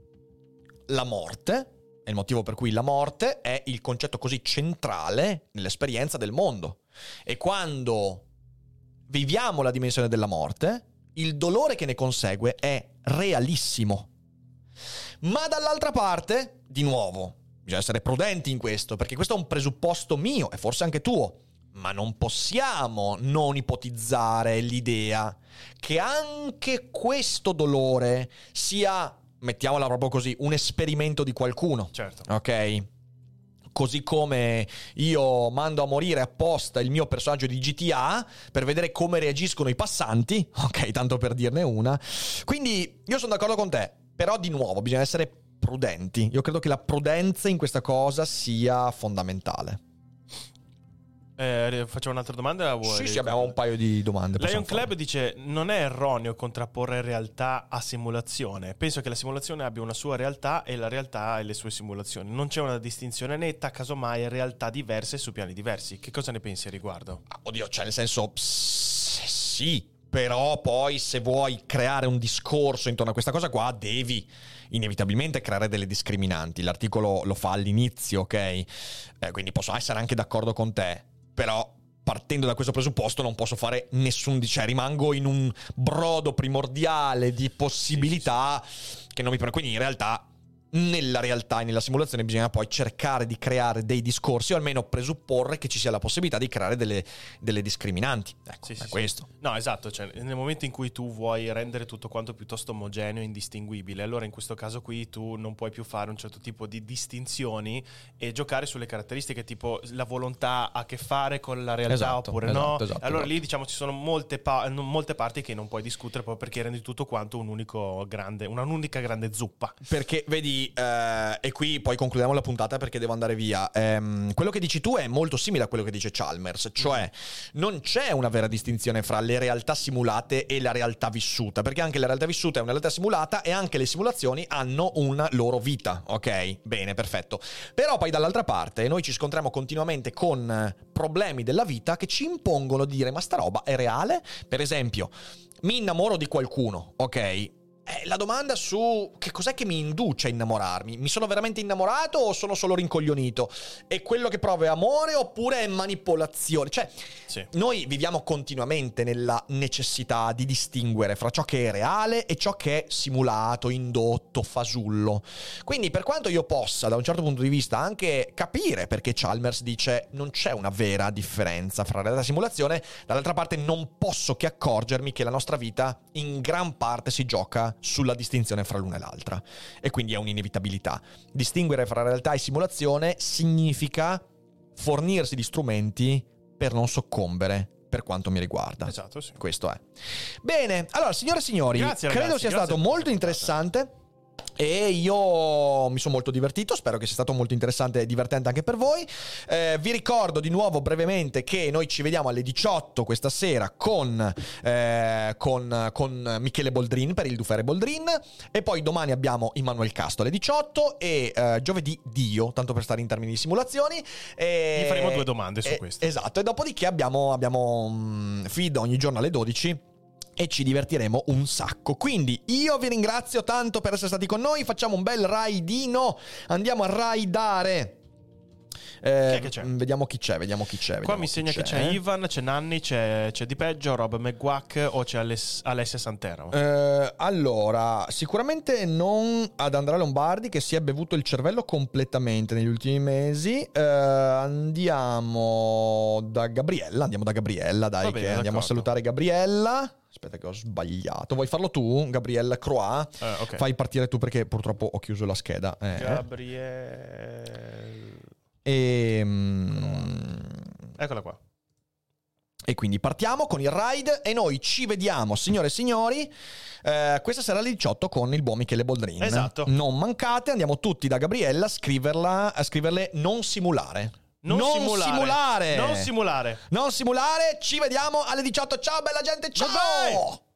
La morte è il motivo per cui la morte è il concetto così centrale nell'esperienza del mondo. E quando viviamo la dimensione della morte, il dolore che ne consegue è realissimo. Ma dall'altra parte, di nuovo, bisogna essere prudenti in questo, perché questo è un presupposto mio e forse anche tuo. Ma non possiamo non ipotizzare l'idea che anche questo dolore sia, mettiamola proprio così, un esperimento di qualcuno. Certo. Ok? Così come io mando a morire apposta il mio personaggio di G T A per vedere come reagiscono i passanti, ok, tanto per dirne una. Quindi io sono d'accordo con te, però di nuovo bisogna essere prudenti. Io credo che la prudenza in questa cosa sia fondamentale. Eh, facciamo un'altra domanda? Vuoi? Sì, sì, abbiamo un paio di domande. Lion possiamo Club dice: non è erroneo contrapporre realtà a simulazione. Penso che la simulazione abbia una sua realtà e la realtà ha le sue simulazioni. Non c'è una distinzione netta, casomai realtà diverse su piani diversi. Che cosa ne pensi a riguardo? farlo. Oddio, cioè nel senso, pss, sì, però poi se vuoi creare un discorso intorno a questa cosa qua devi inevitabilmente creare delle discriminanti. L'articolo lo fa all'inizio, ok? Eh, quindi posso essere anche d'accordo con te, però partendo da questo presupposto non posso fare nessun, cioè rimango in un brodo primordiale di possibilità sì, sì, sì. che non mi permette. Quindi in realtà nella realtà e nella simulazione bisogna poi cercare di creare dei discorsi o almeno presupporre che ci sia la possibilità di creare delle, delle discriminanti. Ecco, sì, è sì, questo. Sì. No, esatto, cioè nel momento in cui tu vuoi rendere tutto quanto piuttosto omogeneo e indistinguibile, allora in questo caso qui tu non puoi più fare un certo tipo di distinzioni e giocare sulle caratteristiche, tipo la volontà ha a che fare con la realtà esatto, oppure esatto, no. Esatto, allora esatto. lì diciamo ci sono molte, pa- molte parti che non puoi discutere proprio perché rendi tutto quanto un unico grande, una unica grande zuppa. Perché vedi... Eh... E qui poi concludiamo la puntata perché devo andare via. Ehm, quello che dici tu è molto simile a quello che dice Chalmers, cioè non c'è una vera distinzione fra le realtà simulate e la realtà vissuta, perché anche la realtà vissuta è una realtà simulata e anche le simulazioni hanno una loro vita, ok? Bene, perfetto. Però poi dall'altra parte noi ci scontriamo continuamente con problemi della vita che ci impongono di dire: ma sta roba è reale? Per esempio, mi innamoro di qualcuno, ok? è la domanda su che cos'è che mi induce a innamorarmi. Mi sono veramente innamorato o sono solo rincoglionito? E quello che provo è amore oppure è manipolazione? Cioè, Sì. noi viviamo continuamente nella necessità di distinguere fra ciò che è reale e ciò che è simulato, indotto, fasullo. Quindi per quanto io possa, da un certo punto di vista, anche capire perché Chalmers dice non c'è una vera differenza fra realtà e simulazione, dall'altra parte non posso che accorgermi che la nostra vita in gran parte si gioca sulla distinzione fra l'una e l'altra. E quindi è un'inevitabilità. Distinguere fra realtà e simulazione significa fornirsi di strumenti per non soccombere, per quanto mi riguarda. Esatto, sì. Questo è. Bene, allora, signore e signori, Grazie, credo ragazzi, sia grazie stato per molto questa interessante. E io mi sono molto divertito, spero che sia stato molto interessante e divertente anche per voi. Eh, vi ricordo di nuovo brevemente che noi ci vediamo alle diciotto questa sera con, eh, con, con Michele Boldrin per il Dufere Boldrin, e poi domani abbiamo Immanuel Casto alle diciotto e eh, giovedì Dio, tanto per stare in termini di simulazioni. E, Gli faremo due domande su e, questo. Esatto, e dopodiché abbiamo, abbiamo um, feed ogni giorno alle dodici. E ci divertiremo un sacco. Quindi io vi ringrazio tanto per essere stati con noi. Facciamo un bel raidino. Andiamo a raidare. Eh, Chi è che c'è? Vediamo chi c'è, vediamo chi c'è. Qua vediamo mi chi segna che c'è Ivan, c'è Nanni, c'è, c'è Di Peggio, Rob McGuack o c'è Aless- Alessia Santero. Eh, allora, sicuramente non ad Andrea Lombardi che si è bevuto il cervello completamente negli ultimi mesi. Eh, andiamo da Gabriella, andiamo da Gabriella, dai, Va bene, che andiamo a d'accordo. salutare Gabriella. Aspetta che ho sbagliato. Vuoi farlo tu, Gabriella Croix? Eh, ok. Fai partire tu perché purtroppo ho chiuso la scheda. Eh. Gabriele... E, mm, Eccola qua. e quindi partiamo con il ride e noi ci vediamo, signore e signori, eh, questa sera alle diciotto con il buon Michele Boldrin. Esatto. Non mancate, andiamo tutti da Gabriella a scriverla, a scriverle non simulare. Non, simulare. simulare. Non simulare. Non simulare. Ci vediamo alle diciotto. Ciao bella gente, ciao. Bye bye.